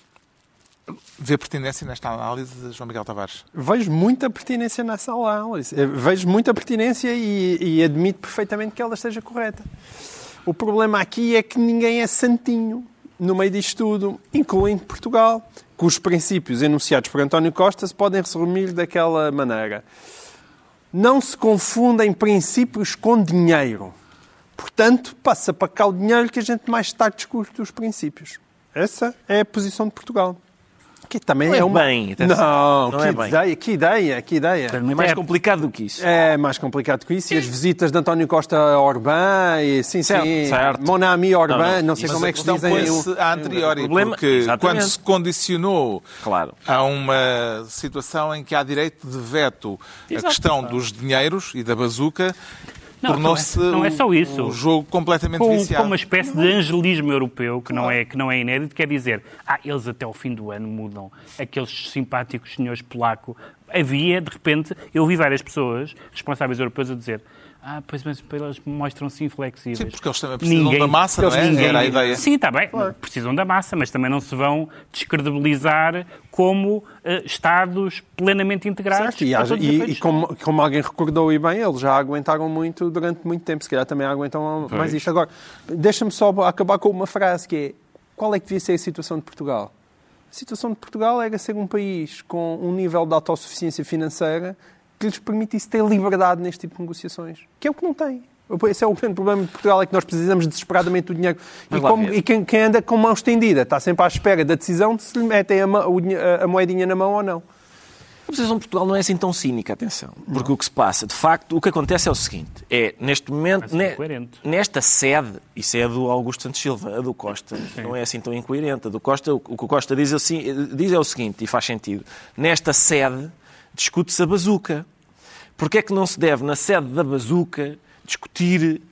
Vê pertinência nesta análise, João Miguel Tavares? Vejo muita pertinência nessa análise. Vejo muita pertinência e, e admito perfeitamente que ela esteja correta. O problema aqui é que ninguém é santinho no meio disto tudo, incluindo Portugal, cujos princípios enunciados por António Costa se podem resumir daquela maneira. Não se confundem princípios com dinheiro. Portanto, passa para cá o dinheiro que a gente mais tarde discute os princípios. Essa é a posição de Portugal. Que também não é, é uma... bem. Não, não que, é ideia, bem. que ideia, que ideia. É mais complicado do que isso. É mais complicado que isso. E as visitas de António Costa a Orbán, e sim, certo, sim, certo. Mon ami Orbán, não, não, não sei como é que se dizem. Mas a anteriori, problema, porque exatamente. Quando se condicionou claro. a uma situação em que há direito de veto Exato. a questão dos dinheiros e da bazuca, Não, tornou-se não é, não é só isso. um jogo completamente com, viciado. com uma espécie de angelismo europeu, que não, é, que não é inédito, quer dizer, ah, eles até ao fim do ano mudam. Aqueles simpáticos senhores polaco. Havia, de repente, eu vi várias pessoas, responsáveis europeus, a dizer ah, pois, mas eles mostram-se inflexíveis. Sim, porque eles também precisam ninguém, da massa, não é? Ninguém, Era a ideia. Sim, está bem, claro. Precisam da massa, mas também não se vão descredibilizar como uh, Estados plenamente integrados. Certo, e, haja, e, e como, como alguém recordou e bem, eles já aguentaram muito durante muito tempo, se calhar também aguentam pois. mais isto. Agora, deixa-me só acabar com uma frase que é, qual é que devia ser a situação de Portugal? A situação de Portugal era ser um país com um nível de autossuficiência financeira que lhes permitisse ter liberdade neste tipo de negociações, que é o que não tem. Esse é o grande problema de Portugal, é que nós precisamos desesperadamente do dinheiro. E, como, e quem, quem anda com mão estendida está sempre à espera da decisão de se lhe metem a, a, a moedinha na mão ou não. posição de Portugal não é assim tão cínica, atenção. Porque não. O que se passa, de facto, o que acontece é o seguinte, é, neste momento, ne, nesta sede, isso é do Augusto Santos Silva, a do Costa, Sim. não é assim tão incoerente. A do Costa, o que o Costa diz, assim, diz é o seguinte, e faz sentido, nesta sede discute-se a bazuca. Porquê é que não se deve, na sede da bazuca, discutir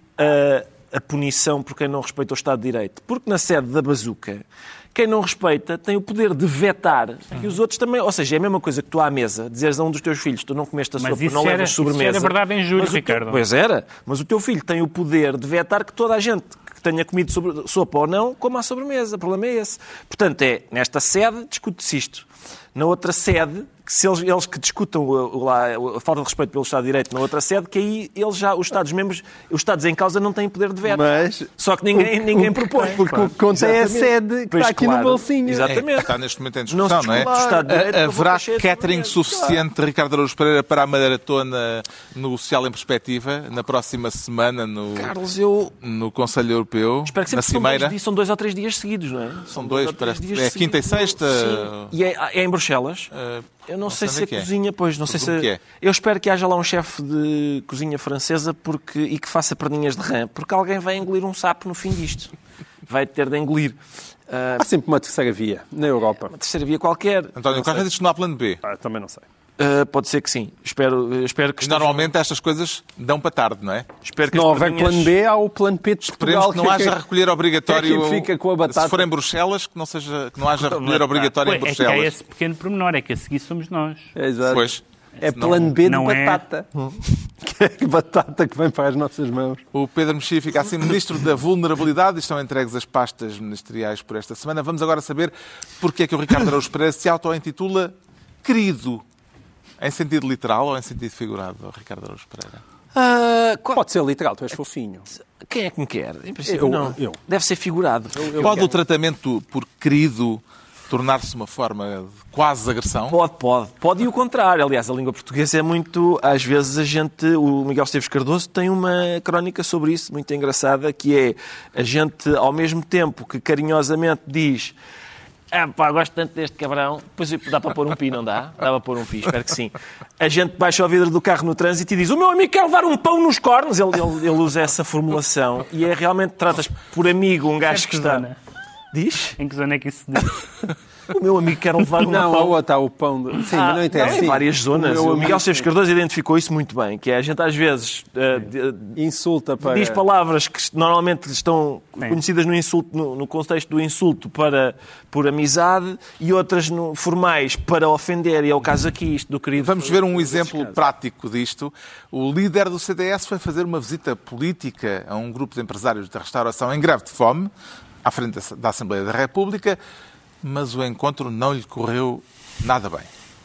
a, a punição por quem não respeita o Estado de Direito? Porque na sede da bazuca, quem não respeita tem o poder de vetar e os outros também. Ou seja, é a mesma coisa que tu à mesa dizeres a um dos teus filhos tu não comeste a sopa, não levas sobremesa. Mas isso era verdade em julho, Ricardo. Teu, pois era, mas o teu filho tem o poder de vetar que toda a gente que tenha comido sobre, sopa ou não coma a sobremesa. O problema é esse. Portanto, é nesta sede discute-se isto. Na outra sede, se eles, eles que discutam lá, a falta de respeito pelo Estado de Direito na outra sede, que aí eles já, os Estados-membros, os Estados em causa não têm poder de veto. Mas só que ninguém, o, ninguém o, propõe. Porque o que conta é a sede que pois está aqui claro, no bolsinho. Exatamente. É, está neste momento em discussão, não, não é? Direito, haverá catering suficiente, claro. Ricardo Araújo Pereira, para a maratona no Social em Perspectiva, na próxima semana, no, Carlos, eu... no Conselho Europeu, espero que na Cimeira? São, são dois ou três dias seguidos, não é? São, são dois, dois parece. É seguidos. Quinta e sexta. Sim. E é, é em Bruxelas. Uh, Eu não, não sei, sei se a é cozinha, pois, não sei se... É. Eu espero que haja lá um chefe de cozinha francesa porque... e que faça perninhas de rã, porque alguém vai engolir um sapo no fim disto. Vai ter de engolir. Uh... Há sempre uma terceira via na Europa. Uma terceira via qualquer. António Costa diz que não há plano B. Ah, também não sei. Uh, pode ser que sim. Espero, espero que estejam... Normalmente estas coisas dão para tarde, não é? Espero que se não houver perninhas... plano B, há o plano P de Portugal. Esperemos que não haja recolher obrigatório. Que fica com a batata. Se for em Bruxelas, que não, seja, que não haja recolher obrigatório Pô, em Bruxelas. É que é esse pequeno pormenor, é que a seguir somos nós. É, exato. Pois. É plano B de não batata. É... Que é batata que vem para as nossas mãos. O Pedro Mexia fica assim Ministro da Vulnerabilidade e estão entregues as pastas ministeriais por esta semana. Vamos agora saber porque é que o Ricardo Araújo Pereira se auto-intitula querido. Em sentido literal ou em sentido figurado, Ricardo Araújo Pereira? Uh, qual... Pode ser literal, tu és fofinho. Quem é que me quer? Em princípio, eu, não. Eu. Deve ser figurado. Eu, eu Pode quero. O tratamento por querido tornar-se uma forma de quase agressão? Pode, pode. Pode e o contrário. Aliás, a língua portuguesa é muito... Às vezes a gente... O Miguel Esteves Cardoso tem uma crónica sobre isso, muito engraçada, que é a gente, ao mesmo tempo que carinhosamente diz... Ah, pá, gosto tanto deste cabrão. Depois dá para pôr um pi, não dá? Dá para pôr um pi, espero que sim. A gente baixa o vidro do carro no trânsito e diz: o meu amigo quer levar um pão nos cornos. Ele, ele, ele usa essa formulação. E é realmente, tratas por amigo um gajo que está... Zona? Diz? Em que zona é que isso diz? O meu amigo quer levar um não, pão. Não, está o pão... De... Sim, ah, mas não interessa. Em várias zonas. O, o Miguel Esteves Cardoso identificou isso muito bem, que é a gente às vezes uh, insulta para... diz palavras que normalmente estão Sim. conhecidas no, insulto, no, no contexto do insulto para, por amizade e outras no, formais para ofender. E é o caso aqui, isto do querido... Vamos ver um exemplo prático disto. O líder do C D S foi fazer uma visita política a um grupo de empresários da restauração em greve de fome, à frente da Assembleia da República, mas o encontro não lhe correu nada bem.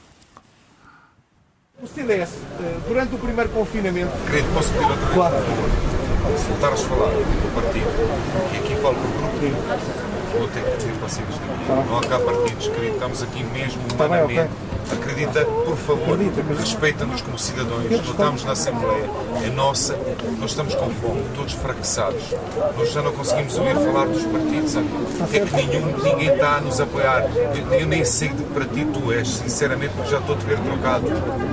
O C D S, durante o primeiro confinamento... Querido, posso pedir outra vez? Claro. Se voltares a falar do partido, que aqui falo por grupo, vou ter que dizer para vocês daqui. Tá. Não há cá partidos, querido, estamos aqui mesmo humanamente. Tá bem, okay. Acredita, por favor, respeita-nos como cidadãos. Nós estamos na Assembleia, é nossa, nós estamos com fome, todos fracassados. Nós já não conseguimos ouvir falar dos partidos, sabe? É que nenhum, ninguém está a nos apoiar. Eu, eu nem sei de que partido tu és, sinceramente, porque já estou a te ver trocado.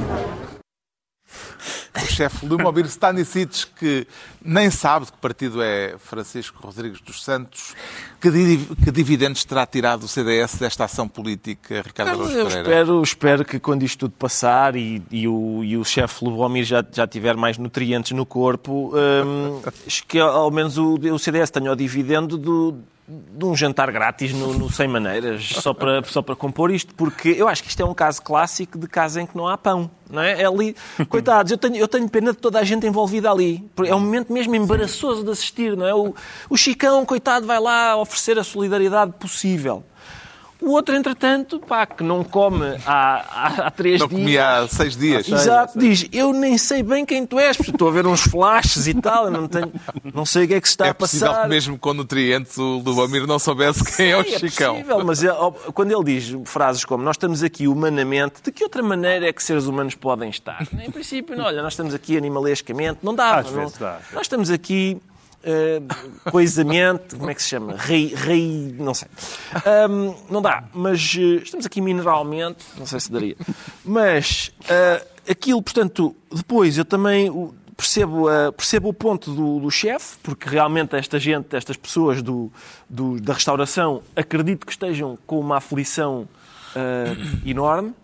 O chefe Lumomir Stanisic, que nem sabe de que partido é Francisco Rodrigues dos Santos, que, div que dividendos terá tirado o C D S desta ação política, Ricardo Araújo Pereira? Eu espero, espero que quando isto tudo passar e, e o, e o chefe Lubomir já, já tiver mais nutrientes no corpo, hum, que ao menos o, o C D S tenha o dividendo do... de um jantar grátis no, no Sem Maneiras, só para, só para compor isto, porque eu acho que isto é um caso clássico de casa em que não há pão, não é? É ali, coitados, eu tenho, eu tenho pena de toda a gente envolvida ali, é um momento mesmo embaraçoso de assistir, não é? O, o Chicão, coitado, vai lá oferecer a solidariedade possível. O outro, entretanto, pá, que não come há, há, há três não dias... Não comia há seis dias. Exato, diz, eu nem sei bem quem tu és, porque estou a ver uns flashes e tal, eu não, tenho, não sei o que é que se está é a passar. É possível que mesmo com nutrientes o Lubomir não soubesse quem é o Chicão. É possível, mas ele, quando ele diz frases como nós estamos aqui humanamente, de que outra maneira é que seres humanos podem estar? Em princípio, não, olha, nós estamos aqui animalescamente, não dá. Não, dá. Nós estamos aqui... uh, coisamento, como é que se chama? Rei, rei não sei. Um, não dá, mas uh, estamos aqui mineralmente, não sei se daria. Mas uh, aquilo, portanto, depois eu também uh, percebo, uh, percebo o ponto do, do chefe, porque realmente esta gente, estas pessoas do, do, da restauração, acredito que estejam com uma aflição uh, enorme.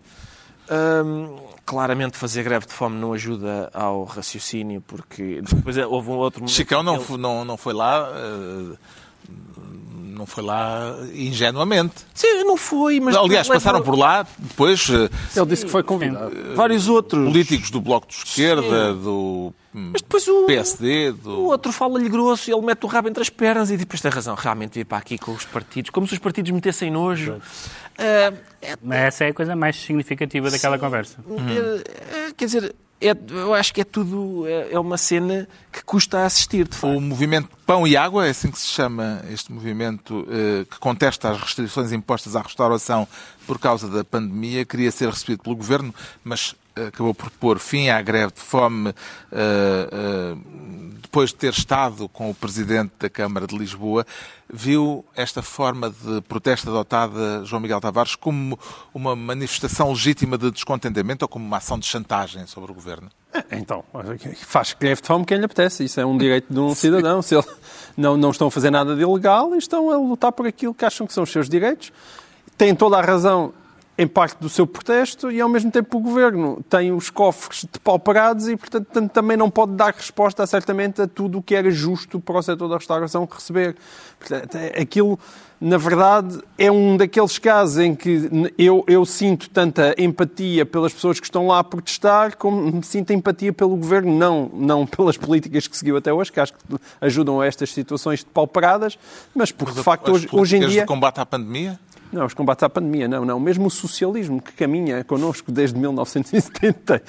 Um, claramente fazer greve de fome não ajuda ao raciocínio, porque depois houve um outro momento... Chicão não, ele... não, não foi lá... Uh... não foi lá ingenuamente. Sim, não foi, mas... Aliás, passaram por lá, depois... Ele disse que foi convidado. Vários outros. Políticos do Bloco de Esquerda, Sim. do mas depois o, P S D... Do... O outro fala-lhe grosso, ele mete o rabo entre as pernas e depois tem razão, realmente vir para aqui com os partidos, como se os partidos metessem nojo. Uh, é... Mas essa é a coisa mais significativa daquela Sim. conversa. É, é, quer dizer... É, eu acho que é tudo, é, é uma cena que custa a assistir, de facto. O movimento Pão e Água, é assim que se chama este movimento eh, que contesta as restrições impostas à restauração por causa da pandemia, queria ser recebido pelo Governo, mas eh, acabou por pôr fim à greve de fome eh, eh, depois de ter estado com o Presidente da Câmara de Lisboa. Viu esta forma de protesto adotada, João Miguel Tavares, como uma manifestação legítima de descontentamento ou como uma ação de chantagem sobre o Governo? Então, faz greve de fome quem lhe apetece. Isso é um direito de um cidadão. Se ele não, não estão a fazer nada de ilegal e estão a lutar por aquilo que acham que são os seus direitos. Têm toda a razão em parte do seu protesto e, ao mesmo tempo, o Governo tem os cofres depauperados e, portanto, também não pode dar resposta, certamente, a tudo o que era justo para o setor da restauração receber. Portanto, aquilo, na verdade, é um daqueles casos em que eu, eu sinto tanta empatia pelas pessoas que estão lá a protestar, como me sinto empatia pelo Governo, não, não pelas políticas que seguiu até hoje, que acho que ajudam a estas situações depauperadas, mas porque, de facto, hoje, hoje em dia... de combate à pandemia? Não, os combates à pandemia, não, não. Mesmo o socialismo que caminha connosco desde mil novecentos e setenta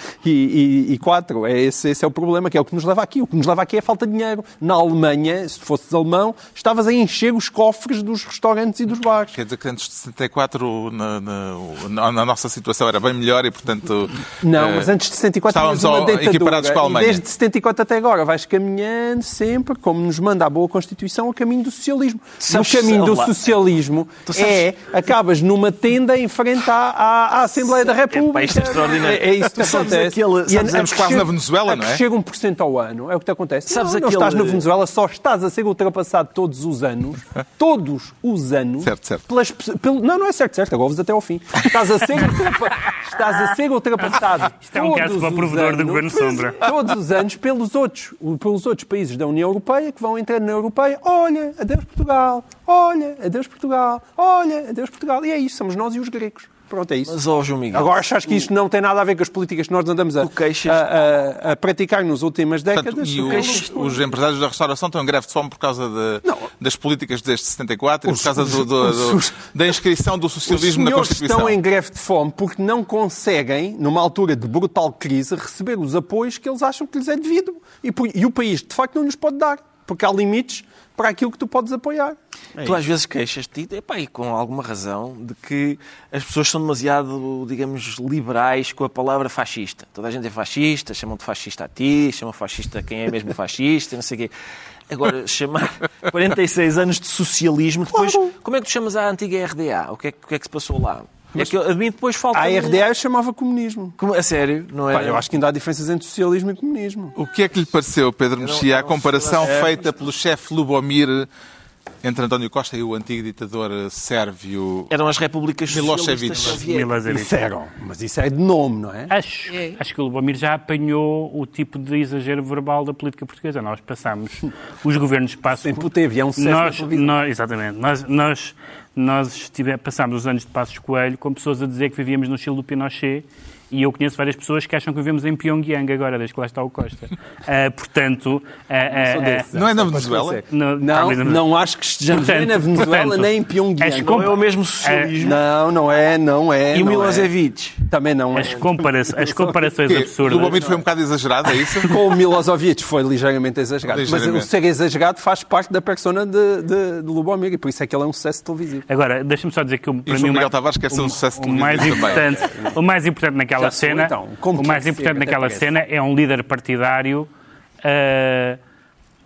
e quatro, é esse, esse é o problema, que é o que nos leva aqui. O que nos leva aqui é a falta de dinheiro. Na Alemanha, se fosses alemão, estavas a encher os cofres dos restaurantes e dos bares. Quer dizer que antes de setenta e quatro na, na, na nossa situação era bem melhor e, portanto... Não, mas antes de setenta e quatro estávamos uma ditadura, equiparados com a Alemanha. E desde setenta e quatro até agora vais caminhando sempre, como nos manda a boa Constituição, a caminho do socialismo. Sabes, o caminho do lá. socialismo é... Acabas numa tenda em frente à, à, à Assembleia da República. É, isto é extraordinário. É, é isso que acontece. Aquele, e estamos quase na Venezuela, não é? Chega um por cento ao ano, é o que te acontece. Sabes não, aquele... não estás na Venezuela, só estás a ser ultrapassado todos os anos, todos os anos, certo, certo. Pelas, pelo, não, não é certo, certo, agora vos até ao fim. Estás a ser, ultrapa, estás a ser ultrapassado. Isto é um caso para o provedor do Governo Sombra. Todos os anos pelos outros, pelos outros países da União Europeia que vão entrar na Europeia. Olha, adeus Portugal, olha, adeus Portugal, olha, adeus Portugal. E é isso, somos nós e os gregos. Pronto, é isso. Mas, oh, João Miguel, agora achas que isto não tem nada a ver com as políticas que nós andamos a, queixas... a, a, a praticar nas últimas décadas? Portanto, e os, os empresários da restauração estão em greve de fome por causa de, das políticas desde setenta e quatro os, e por causa do, do, do, do, da inscrição do socialismo na Constituição. Os senhores estão em greve de fome porque não conseguem, numa altura de brutal crise, receber os apoios que eles acham que lhes é devido. E, por, e o país, de facto, não lhes pode dar. Porque há limites para aquilo que tu podes apoiar. É tu às vezes queixas-te, e com alguma razão, de que as pessoas são demasiado, digamos, liberais com a palavra fascista. Toda a gente é fascista, chamam de fascista a ti, chamam fascista quem é mesmo fascista, não sei o quê. Agora, chamar quarenta e seis anos de socialismo, depois, claro. Como é que tu chamas a antiga R D A? O que é, o que, é que se passou lá? É que a mim depois falta... A R D A chamava comunismo. Como, a sério? Não é? Pá, eu acho que ainda há diferenças entre socialismo e comunismo. O que é que lhe pareceu, Pedro Mexia, a comparação é, feita pelo chefe Lubomir entre António Costa e o antigo ditador sérvio... Eram as repúblicas Milosevic. Isso eram, mas isso é de nome, não é? Acho, é. acho que o Lubomir já apanhou o tipo de exagero verbal da política portuguesa. Nós passamos os governos de Passos... Sempre teve, é um sucesso nós, nós, Exatamente. Nós... nós Nós estive, passámos os anos de Passos Coelho com pessoas a dizer que vivíamos no estilo do Pinochet e eu conheço várias pessoas que acham que vivemos em Pyongyang agora, desde que lá está o Costa. Uh, portanto... Uh, uh, desse, não é na Venezuela? No, não, não, não acho que estejamos nem na Venezuela portanto, nem em Pyongyang. Não é o mesmo socialismo. Não, não é, não é. E o Milosevic? É. Também não é. As, compara as comparações absurdas... O Lubomir foi um bocado exagerado, é isso? Com o Milosevic foi ligeiramente exagerado. Ligeiramente. Mas o ser exagerado faz parte da persona de, de, de Lubomir e por isso é que ele é um sucesso televisivo. Agora, deixa-me só dizer que o, para mim o Miguel Tavares quer ser um sucesso o mais importante, o mais importante naquela Já cena, sou, então. o mais importante naquela cena é um líder partidário uh,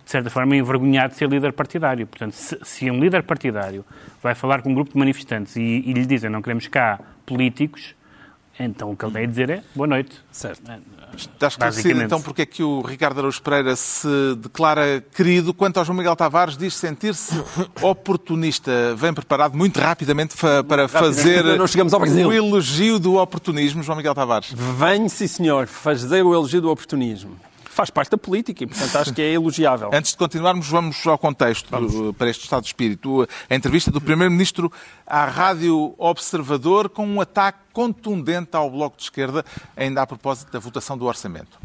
de certa forma, envergonhado de ser líder partidário. Portanto, se, se um líder partidário vai falar com um grupo de manifestantes e, e lhe dizem não queremos cá políticos, então o que ele tem a dizer é boa noite. Certo. Está esclarecido então porque é que o Ricardo Araújo Pereira se declara querido. Quanto ao João Miguel Tavares, diz sentir-se oportunista. Vem preparado muito rapidamente fa- para fazer não chegamos ao Brasil. o elogio do oportunismo, João Miguel Tavares. Venho, sim senhor, fazer o elogio do oportunismo. Faz parte da política e, portanto, acho que é elogiável. Antes de continuarmos, vamos ao contexto vamos. para este estado de espírito. A entrevista do Primeiro-Ministro à Rádio Observador com um ataque contundente ao Bloco de Esquerda, ainda a propósito da votação do orçamento.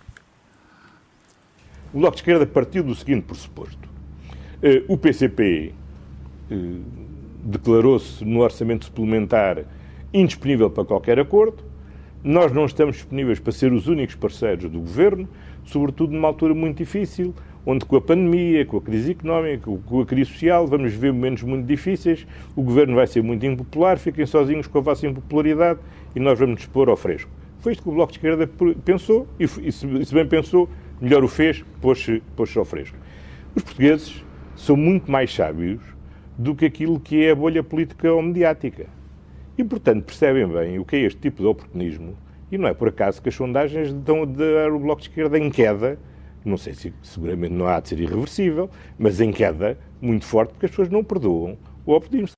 O Bloco de Esquerda partiu do seguinte pressuposto. O P C P declarou-se no orçamento suplementar indisponível para qualquer acordo. Nós não estamos disponíveis para ser os únicos parceiros do Governo, sobretudo numa altura muito difícil, onde com a pandemia, com a crise económica, com a crise social, vamos ver momentos muito difíceis, o Governo vai ser muito impopular, fiquem sozinhos com a vossa impopularidade e nós vamos nos expor ao fresco. Foi isto que o Bloco de Esquerda pensou e, se bem pensou, melhor o fez, pôs-se, pôs-se ao fresco. Os portugueses são muito mais sábios do que aquilo que é a bolha política ou mediática. E, portanto, percebem bem o que é este tipo de oportunismo. E não é por acaso que as sondagens dão a dar o Bloco de Esquerda em queda, não sei se seguramente não há de ser irreversível, mas em queda muito forte, porque as pessoas não perdoam o oportunismo.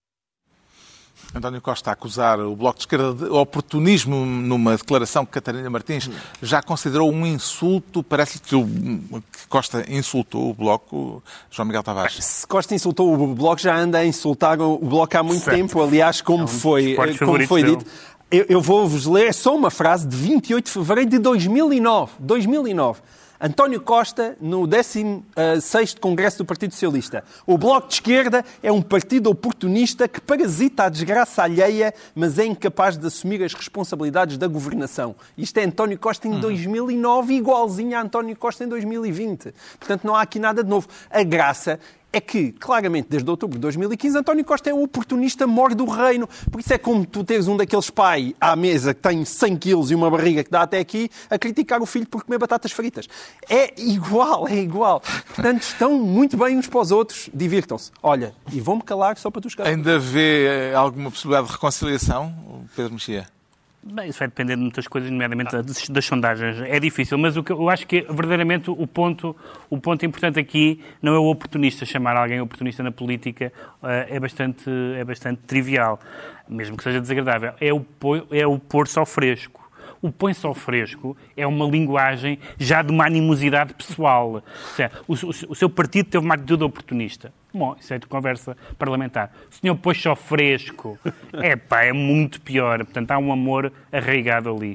António Costa a acusar o Bloco de Esquerda de oportunismo numa declaração que Catarina Martins já considerou um insulto. Parece-lhe que, o, que Costa insultou o Bloco, João Miguel Tavares. Se Costa insultou o Bloco, já anda a insultar o Bloco há muito certo. tempo. Aliás, como, é um foi, como foi dito... Eu, eu vou-vos ler, é só uma frase de vinte e oito de fevereiro de dois mil e nove. dois mil e nove. António Costa, no décimo sexto Congresso do Partido Socialista. O Bloco de Esquerda é um partido oportunista que parasita a desgraça alheia, mas é incapaz de assumir as responsabilidades da governação. Isto é António Costa em dois mil e nove, igualzinho a António Costa em dois mil e vinte. Portanto, não há aqui nada de novo. A graça é que, claramente, desde outubro de dois mil e quinze, António Costa é um oportunista mor do reino. Por isso é como tu teres um daqueles pai à mesa que tem cem quilos e uma barriga que dá até aqui a criticar o filho por comer batatas fritas. É igual, é igual. Portanto, estão muito bem uns para os outros. Divirtam-se. Olha, e vou-me calar só para tu escalar. Ainda vê alguma possibilidade de reconciliação, Pedro Mexia? Bem, isso vai depender de muitas coisas, nomeadamente das, das sondagens. É difícil, mas o que, eu acho que, verdadeiramente, o ponto, o ponto importante aqui não é o oportunista. Chamar alguém oportunista na política uh, é, bastante, é bastante trivial, mesmo que seja desagradável. É o, é o pôr-se ao fresco. O põe-se ao fresco é uma linguagem já de uma animosidade pessoal. Ou seja, o, o, o seu partido teve uma atitude oportunista. Bom, isso é de conversa parlamentar. O senhor pôs-se ao fresco. É pá, é muito pior. Portanto, há um amor arraigado ali.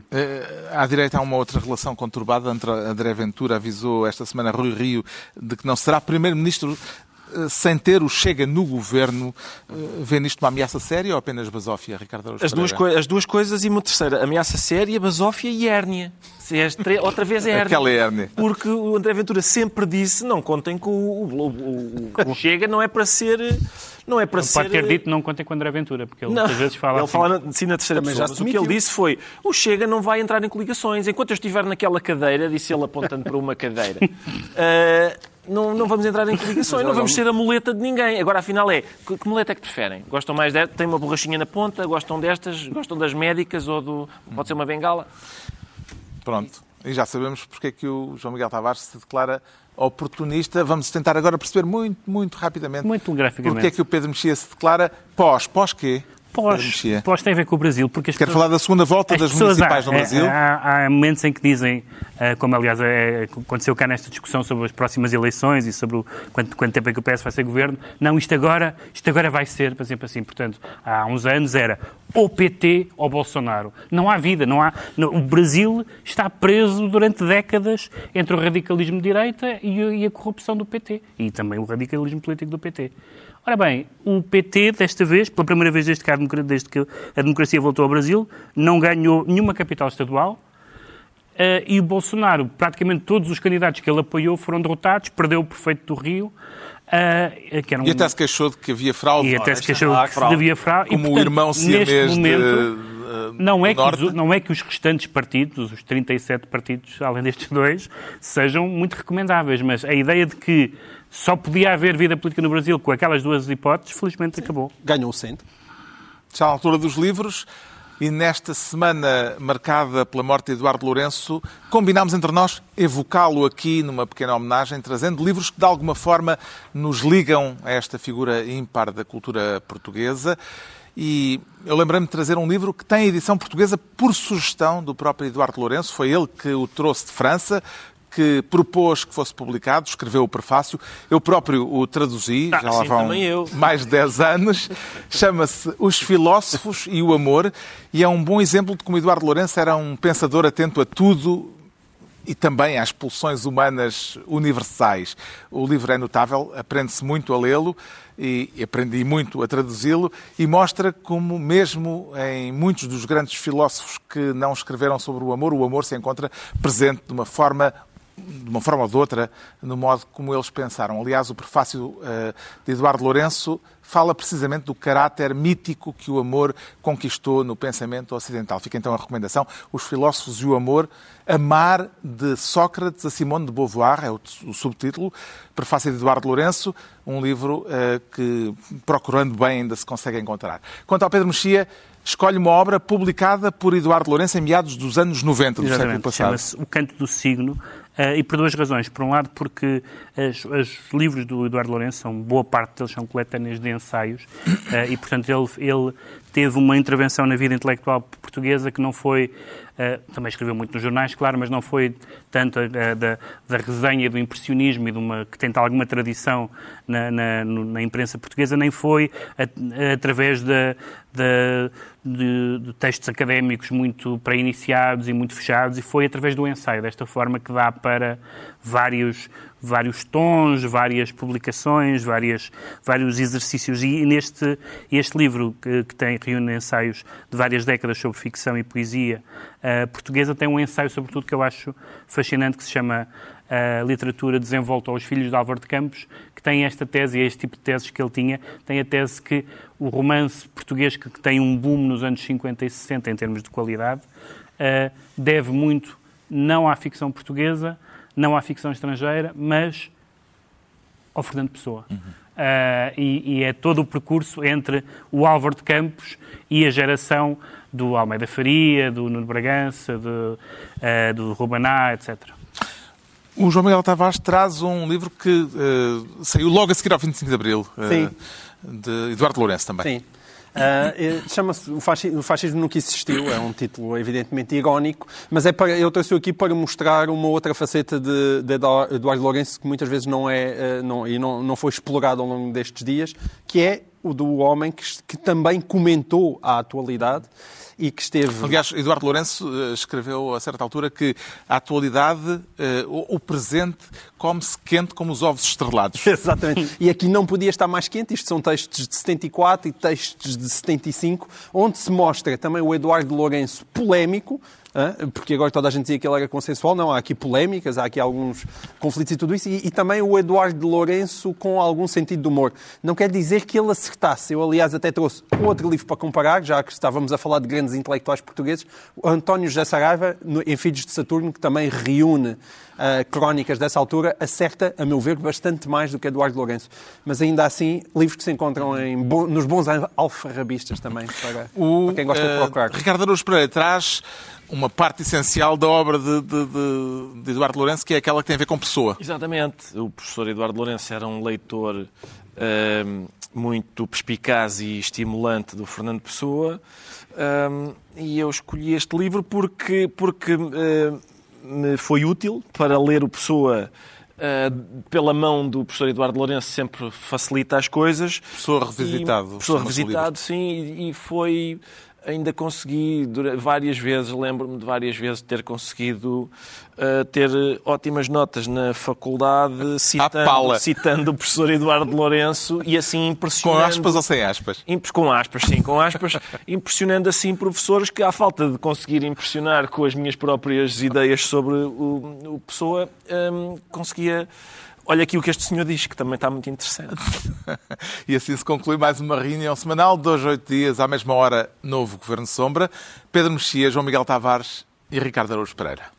À direita há uma outra relação conturbada. André Ventura avisou esta semana a Rui Rio de que não será primeiro-ministro sem ter o Chega no governo. Vê nisto uma ameaça séria ou apenas basófia, Ricardo Araújo as duas, as duas coisas e uma terceira. Ameaça séria, basófia e hérnia. Se és tre... Outra vez é hérnia. Aquela hérnia. Porque o André Ventura sempre disse, não contem com o, o, o, o Chega, não é para ser... Não é para ele ser... pode ter dito não contem com o André Ventura, porque ele não, muitas vezes fala ele assim. fala sim na terceira pessoa, mas o que ele disse foi o Chega não vai entrar em coligações. Enquanto eu estiver naquela cadeira, disse ele apontando para uma cadeira, uh, não, não vamos entrar em coligações, não vamos ser a muleta de ninguém. Agora, afinal, é, que, que muleta é que preferem? Gostam mais desta? Tem uma borrachinha na ponta? Gostam destas? Gostam das médicas ou do... Pode ser uma bengala? Pronto. E já sabemos porque é que o João Miguel Tavares se declara oportunista. Vamos tentar agora perceber muito, muito rapidamente muito telegraficamente porque é que o Pedro Mexia se declara pós. Pós quê? Pós, pós tem a ver com o Brasil. Porque Quer pessoas, falar da segunda volta das municipais há, no Brasil? Há, há momentos em que dizem, como aliás é, aconteceu cá nesta discussão sobre as próximas eleições e sobre o, quanto, quanto tempo é que o P S vai ser governo, não, isto agora, isto agora vai ser, por exemplo, assim. Portanto, há uns anos era ou P T ou Bolsonaro. Não há vida, não há... Não, o Brasil está preso durante décadas entre o radicalismo de direita e, e a corrupção do P T. E também o radicalismo político do P T. Ora bem, o P T, desta vez, pela primeira vez desde que a democracia, desde que a democracia voltou ao Brasil, não ganhou nenhuma capital estadual uh, e o Bolsonaro, praticamente todos os candidatos que ele apoiou foram derrotados, perdeu o prefeito do Rio. Uh, que era um... E até se queixou de que havia fraude. E até se queixou de que havia fraude. Como e, portanto, o irmão siamês momento... de, não é, do Norte. que os, não é que os restantes partidos, os trinta e sete partidos, além destes dois, sejam muito recomendáveis, mas a ideia de que só podia haver vida política no Brasil com aquelas duas hipóteses, felizmente acabou. Ganhou o centro. Já à altura dos livros, e nesta semana marcada pela morte de Eduardo Lourenço, combinámos entre nós evocá-lo aqui numa pequena homenagem, trazendo livros que de alguma forma nos ligam a esta figura ímpar da cultura portuguesa. E eu lembrei-me de trazer um livro que tem edição portuguesa por sugestão do próprio Eduardo Lourenço. Foi ele que o trouxe de França, que propôs que fosse publicado, escreveu o prefácio. Eu próprio o traduzi, Ah, já lá sim, vão também eu. mais de dez anos. Chama-se Os Filósofos e o Amor e é um bom exemplo de como Eduardo Lourenço era um pensador atento a tudo e também às pulsões humanas universais. O livro é notável, aprende-se muito a lê-lo e aprendi muito a traduzi-lo e mostra como mesmo em muitos dos grandes filósofos que não escreveram sobre o amor, o amor se encontra presente de uma forma de uma forma ou de outra, no modo como eles pensaram. Aliás, o prefácio uh, de Eduardo Lourenço fala precisamente do caráter mítico que o amor conquistou no pensamento ocidental. Fica então a recomendação, Os Filósofos e o Amor, Amar, de Sócrates a Simone de Beauvoir, é o, o subtítulo, prefácio de Eduardo Lourenço, um livro uh, que, procurando bem, ainda se consegue encontrar. Quanto ao Pedro Mexia, escolhe uma obra publicada por Eduardo Lourenço em meados dos anos noventa do século passado. Chama-se O Canto do Signo, uh, e por duas razões. Por um lado, porque os livros do Eduardo Lourenço, são, boa parte deles são coletâneas de ensaios, uh, e, portanto, ele, ele teve uma intervenção na vida intelectual portuguesa que não foi... Uh, também escreveu muito nos jornais, claro, mas não foi tanto uh, da, da resenha do impressionismo e de uma, que tem alguma tradição na, na, na imprensa portuguesa, nem foi a, a, através da, da, de, de textos académicos muito pré-iniciados e muito fechados, e foi através do ensaio, desta forma que dá para vários, vários tons, várias publicações, várias, vários exercícios. E neste este livro, que, que tem, reúne ensaios de várias décadas sobre ficção e poesia uh, portuguesa, tem um ensaio, sobretudo, que eu acho fascinante, que se chama A Literatura Desenvolta aos Filhos de Álvaro de Campos, que tem esta tese, e é este tipo de teses que ele tinha, tem a tese que o romance português, que tem um boom nos anos cinquenta e sessenta em termos de qualidade, uh, deve muito não à ficção portuguesa, não à ficção estrangeira, mas ao Fernando Pessoa. Uhum. Uh, e, e é todo o percurso entre o Álvaro de Campos e a geração do Almeida Faria, do Nuno Bragança, do, uh, do Rubaná, etcétera. O João Miguel Tavares traz um livro que uh, saiu logo a seguir ao vinte e cinco de Abril, uh, de Eduardo Lourenço também. Sim. Uh, chama-se o fascismo, o fascismo Nunca Existiu, é um título evidentemente irónico, mas é para, eu trouxe-o aqui para mostrar uma outra faceta de, de Eduardo Lourenço que muitas vezes não é uh, não, e não, não foi explorado ao longo destes dias, que é o do homem que, que também comentou a atualidade e que esteve... Aliás, Eduardo Lourenço uh, escreveu a certa altura que a atualidade, uh, o, o presente, come-se quente como os ovos estrelados. Exatamente. E aqui não podia estar mais quente. Isto são textos de setenta e quatro e textos de setenta e cinco, onde se mostra também o Eduardo Lourenço polémico, porque agora toda a gente dizia que ele era consensual. Não, há aqui polémicas, há aqui alguns conflitos e tudo isso. E, e também o Eduardo Lourenço com algum sentido de humor. Não quer dizer que ele acertasse. Eu, aliás, até trouxe outro livro para comparar, já que estávamos a falar de grandes intelectuais portugueses. O António José Saraiva, em Filhos de Saturno, que também reúne uh, crónicas dessa altura, acerta, a meu ver, bastante mais do que Eduardo Lourenço. Mas ainda assim, livros que se encontram em bo- nos bons alfarrabistas também, para, o, para quem gosta uh, de procurar. Ricardo Araújo Pereira traz uma parte essencial da obra de, de, de, de Eduardo Lourenço, que é aquela que tem a ver com Pessoa. Exatamente. O professor Eduardo Lourenço era um leitor uh, muito perspicaz e estimulante do Fernando Pessoa, uh, e eu escolhi este livro porque, porque uh, me foi útil para ler o Pessoa. Uh, pela mão do professor Eduardo Lourenço sempre facilita as coisas. Professor revisitado. E, professor revisitado, sim, e, e foi... Ainda consegui, várias vezes, lembro-me de várias vezes ter conseguido uh, ter ótimas notas na faculdade citando, citando o professor Eduardo Lourenço e assim impressionando... Com aspas ou sem aspas? Com aspas, sim, com aspas. Impressionando assim professores que, à falta de conseguir impressionar com as minhas próprias ideias sobre o, o Pessoa, um, conseguia... Olha aqui o que este senhor diz, que também está muito interessante. E assim se conclui mais uma reunião semanal, dois, oito dias, à mesma hora, novo Governo Sombra. Pedro Mexia, João Miguel Tavares e Ricardo Araújo Pereira.